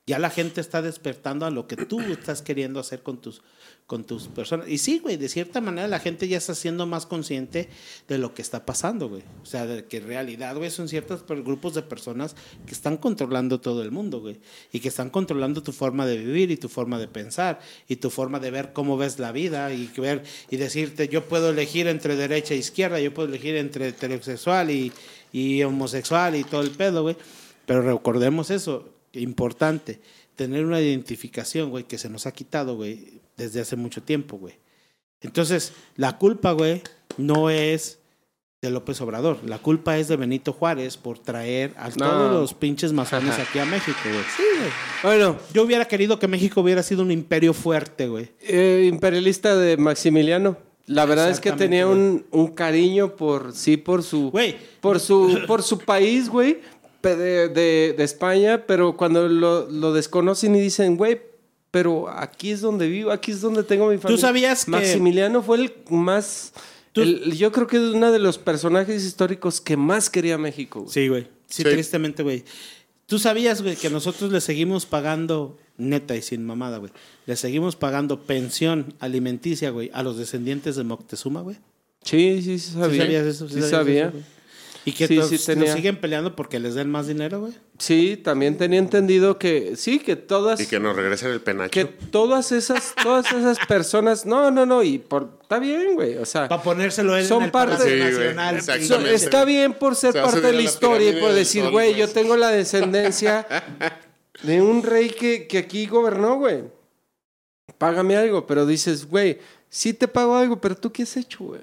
B: Ya la gente está despertando a lo que tú estás queriendo hacer con tus personas. Y sí, güey, de cierta manera la gente ya está siendo más consciente de lo que está pasando, güey. O sea, de que en realidad, güey, son ciertos grupos de personas que están controlando todo el mundo, güey. Y que están controlando tu forma de vivir y tu forma de pensar y tu forma de ver cómo ves la vida y decirte, yo puedo elegir entre derecha e izquierda, yo puedo elegir entre heterosexual y homosexual y todo el pedo, güey. Pero recordemos eso, importante, tener una identificación, güey, que se nos ha quitado, güey, desde hace mucho tiempo, güey. Entonces, la culpa, güey, no es de López Obrador. La culpa es de Benito Juárez por traer a todos los pinches masones aquí a México, güey. Sí, güey.
C: Bueno,
B: Yo hubiera querido que México hubiera sido un imperio fuerte, güey.
C: imperialista de Maximiliano. La verdad es que tenía un cariño por su
B: Güey.
C: por su país, güey, de España, pero cuando lo desconocen y dicen, güey, pero aquí es donde vivo, aquí es donde tengo mi familia.
B: ¿Tú sabías que
C: Maximiliano fue el más yo creo que es uno de los personajes históricos que más quería México, güey.
B: Sí, güey. Sí, tristemente, güey. ¿Tú sabías, güey, que nosotros le seguimos pagando, neta y sin mamada, güey, le seguimos pagando pensión alimenticia, güey, a los descendientes de Moctezuma, güey?
C: Sí sabía.
B: ¿Sí sabías eso?
C: Sí sabía.
B: Eso, y que
C: Sí,
B: nos
C: tenía.
B: siguen peleando porque les den más dinero, güey.
C: Sí, también tenía entendido que sí, que todas
A: Y que nos regresen el penacho.
C: que todas esas personas, no, está bien, güey, o sea,
B: Para ponérselo él
C: son
B: en el
C: parte-
B: Palacio
A: Sí, güey,
B: Nacional.
A: exactamente.
C: está bien por ser
A: Se va a
C: parte
A: subir
C: de
A: a
C: la
A: la
C: historia y
A: pirámide
C: por
A: del
C: decir,
A: Sol,
C: güey,
A: pues.
C: yo tengo la descendencia de un rey que aquí gobernó, güey. Págame algo, pero dices, güey, sí te pago algo, pero ¿tú qué has hecho, güey?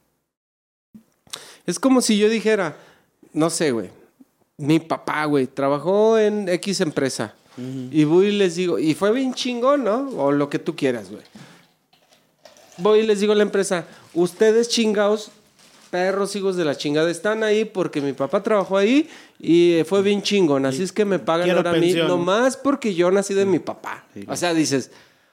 C: Es como si yo dijera, no sé, güey, mi papá, güey, trabajó en X empresa. Y voy y les digo, y fue bien chingón, ¿no? O lo que tú quieras, güey. Voy y les digo a la empresa, ustedes chingados, perros, hijos de la chingada, están ahí porque mi papá trabajó ahí y fue bien chingón. Así es que me pagan
B: quiero
C: ahora a mí,
B: pensión.
C: nomás porque yo nací de mi papá.
B: Sí.
C: O sea, dices,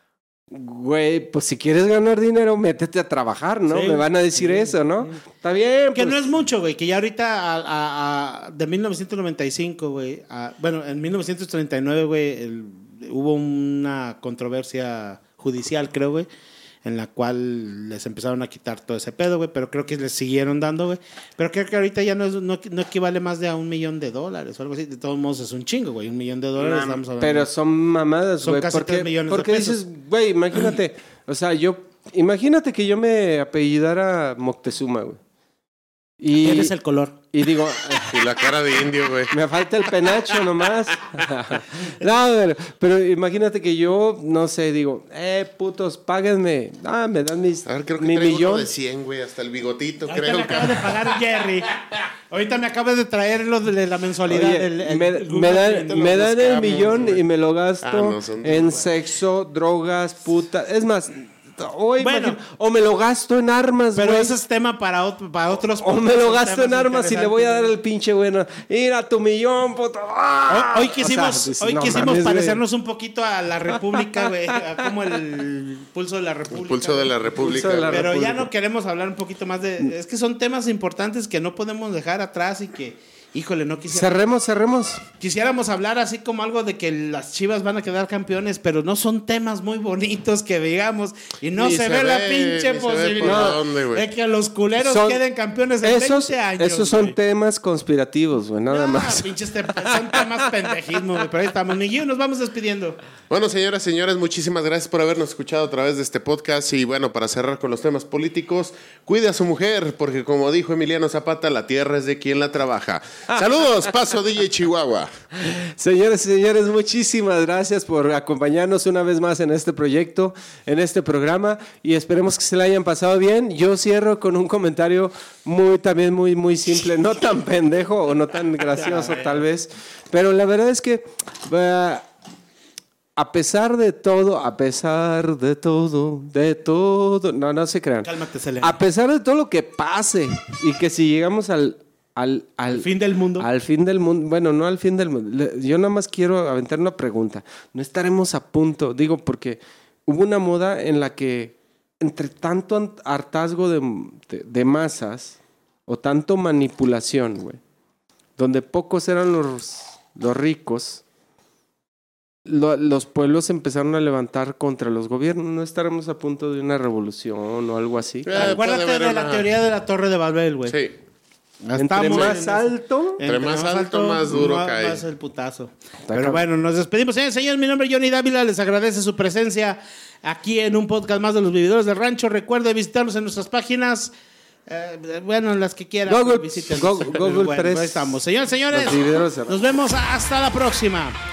C: güey, pues si quieres ganar dinero, métete a trabajar, ¿no?
B: Sí.
C: Me van a decir eso, ¿no? Está bien.
B: Que
C: pues.
B: no es mucho, güey, que ya ahorita de 1995, güey, bueno, en 1939, güey, hubo una controversia judicial, creo, güey, en la cual les empezaron a quitar todo ese pedo, güey, pero creo que les siguieron dando, güey. Pero creo que ahorita ya no equivale más de a $1 millón o algo así. De todos modos es un chingo, güey, $1 millón, estamos hablando.
C: Pero son mamadas,
B: Son
C: güey.
B: casi 3 millones de
C: porque
B: pesos.
C: dices, güey, imagínate, o sea, imagínate que yo me apellidara Moctezuma, güey. Y,
B: Tienes el color.
C: y digo,
A: Y la cara de indio, güey.
C: me falta el penacho nomás. No, pero imagínate que yo, no sé, digo, putos, páguenme. Me dan
A: A ver, creo que
C: mi
A: traigo uno
C: millón.
A: de 100, güey, hasta el bigotito,
B: Ahorita
A: creo.
B: me acaba de pagar Jerry. Ahorita me acaba de traer lo de la mensualidad.
C: Oye, me
A: te lo
C: dan el
A: buscamos,
C: millón
A: güey.
C: y me lo gasto
A: no, son
C: en
A: dos, güey.
C: sexo, drogas, puta. Es más,
B: Bueno.
C: o me lo gasto en armas,
B: Pero
C: güey.
B: ese es tema para otros.
C: O me lo
B: son
C: gasto en
B: temas
C: armas y le voy a dar
B: interesantes,
C: al pinche bueno. Mira tu millón, puto. ¡Ah!
B: Hoy quisimos,
C: O sea, dices,
B: hoy
C: no
B: quisimos
C: mames, güey.
B: parecernos un poquito a la República, güey. Como el pulso de la República.
A: El pulso de la
B: güey.
A: República.
C: Pulso de la
A: güey.
B: Pero ya
C: República.
B: no queremos hablar un poquito más de. Es que son temas importantes que no podemos dejar atrás y que, híjole, no
C: Cerremos.
B: quisiéramos hablar así como algo de que las Chivas van a quedar campeones, pero no son temas muy bonitos que digamos y no
A: Ni
B: se
A: se
B: ve la
A: ve,
B: pinche
A: ni se ve por
B: posibilidad
A: dónde, güey.
B: de que los culeros
C: Son-
B: queden campeones en 20 años.
C: Esos son
B: güey.
C: temas conspirativos, güey, nada
B: No,
C: más.
B: pinches son temas pendejismo, güey. Pero ahí estamos. Miguel, nos vamos despidiendo.
A: Bueno, señoras, señores, muchísimas gracias por habernos escuchado a través de este podcast. Y bueno, para cerrar con los temas políticos, cuide a su mujer, porque como dijo Emiliano Zapata, la tierra es de quien la trabaja. Saludos, paso DJ Chihuahua.
C: Señores y señores, muchísimas gracias por acompañarnos una vez más en este proyecto, en este programa, y esperemos que se la hayan pasado bien. Yo cierro con un comentario también muy simple, no tan pendejo o no tan gracioso tal vez, pero la verdad es que a pesar de todo, no se crean.
B: Cálmate, Selena.
C: A pesar de todo lo que pase y que si llegamos al
B: Fin del mundo.
C: al fin del mundo. Bueno, no al fin del mundo. Yo nada más quiero aventar una pregunta. No estaremos a punto, digo, porque hubo una moda en la que entre tanto hartazgo de masas o tanto manipulación, güey, donde pocos eran los ricos, los pueblos empezaron a levantar contra los gobiernos. ¿No estaremos a punto de una revolución o algo así?
B: Acuérdate de la teoría de la Torre de Babel, güey.
A: Sí.
C: Entre más alto,
A: Entre más alto, más duro cae.
B: Más el putazo. Pero bueno, nos despedimos. Señores, mi nombre es Johnny Dávila. Les agradece su presencia aquí en un podcast más de los vividores del rancho. Recuerde visitarnos en nuestras páginas. Bueno, las que quieran.
C: Google
B: visiten.
C: Press.
B: Ahí estamos. Señores,
C: Los vividores del
B: nos vemos hasta la próxima.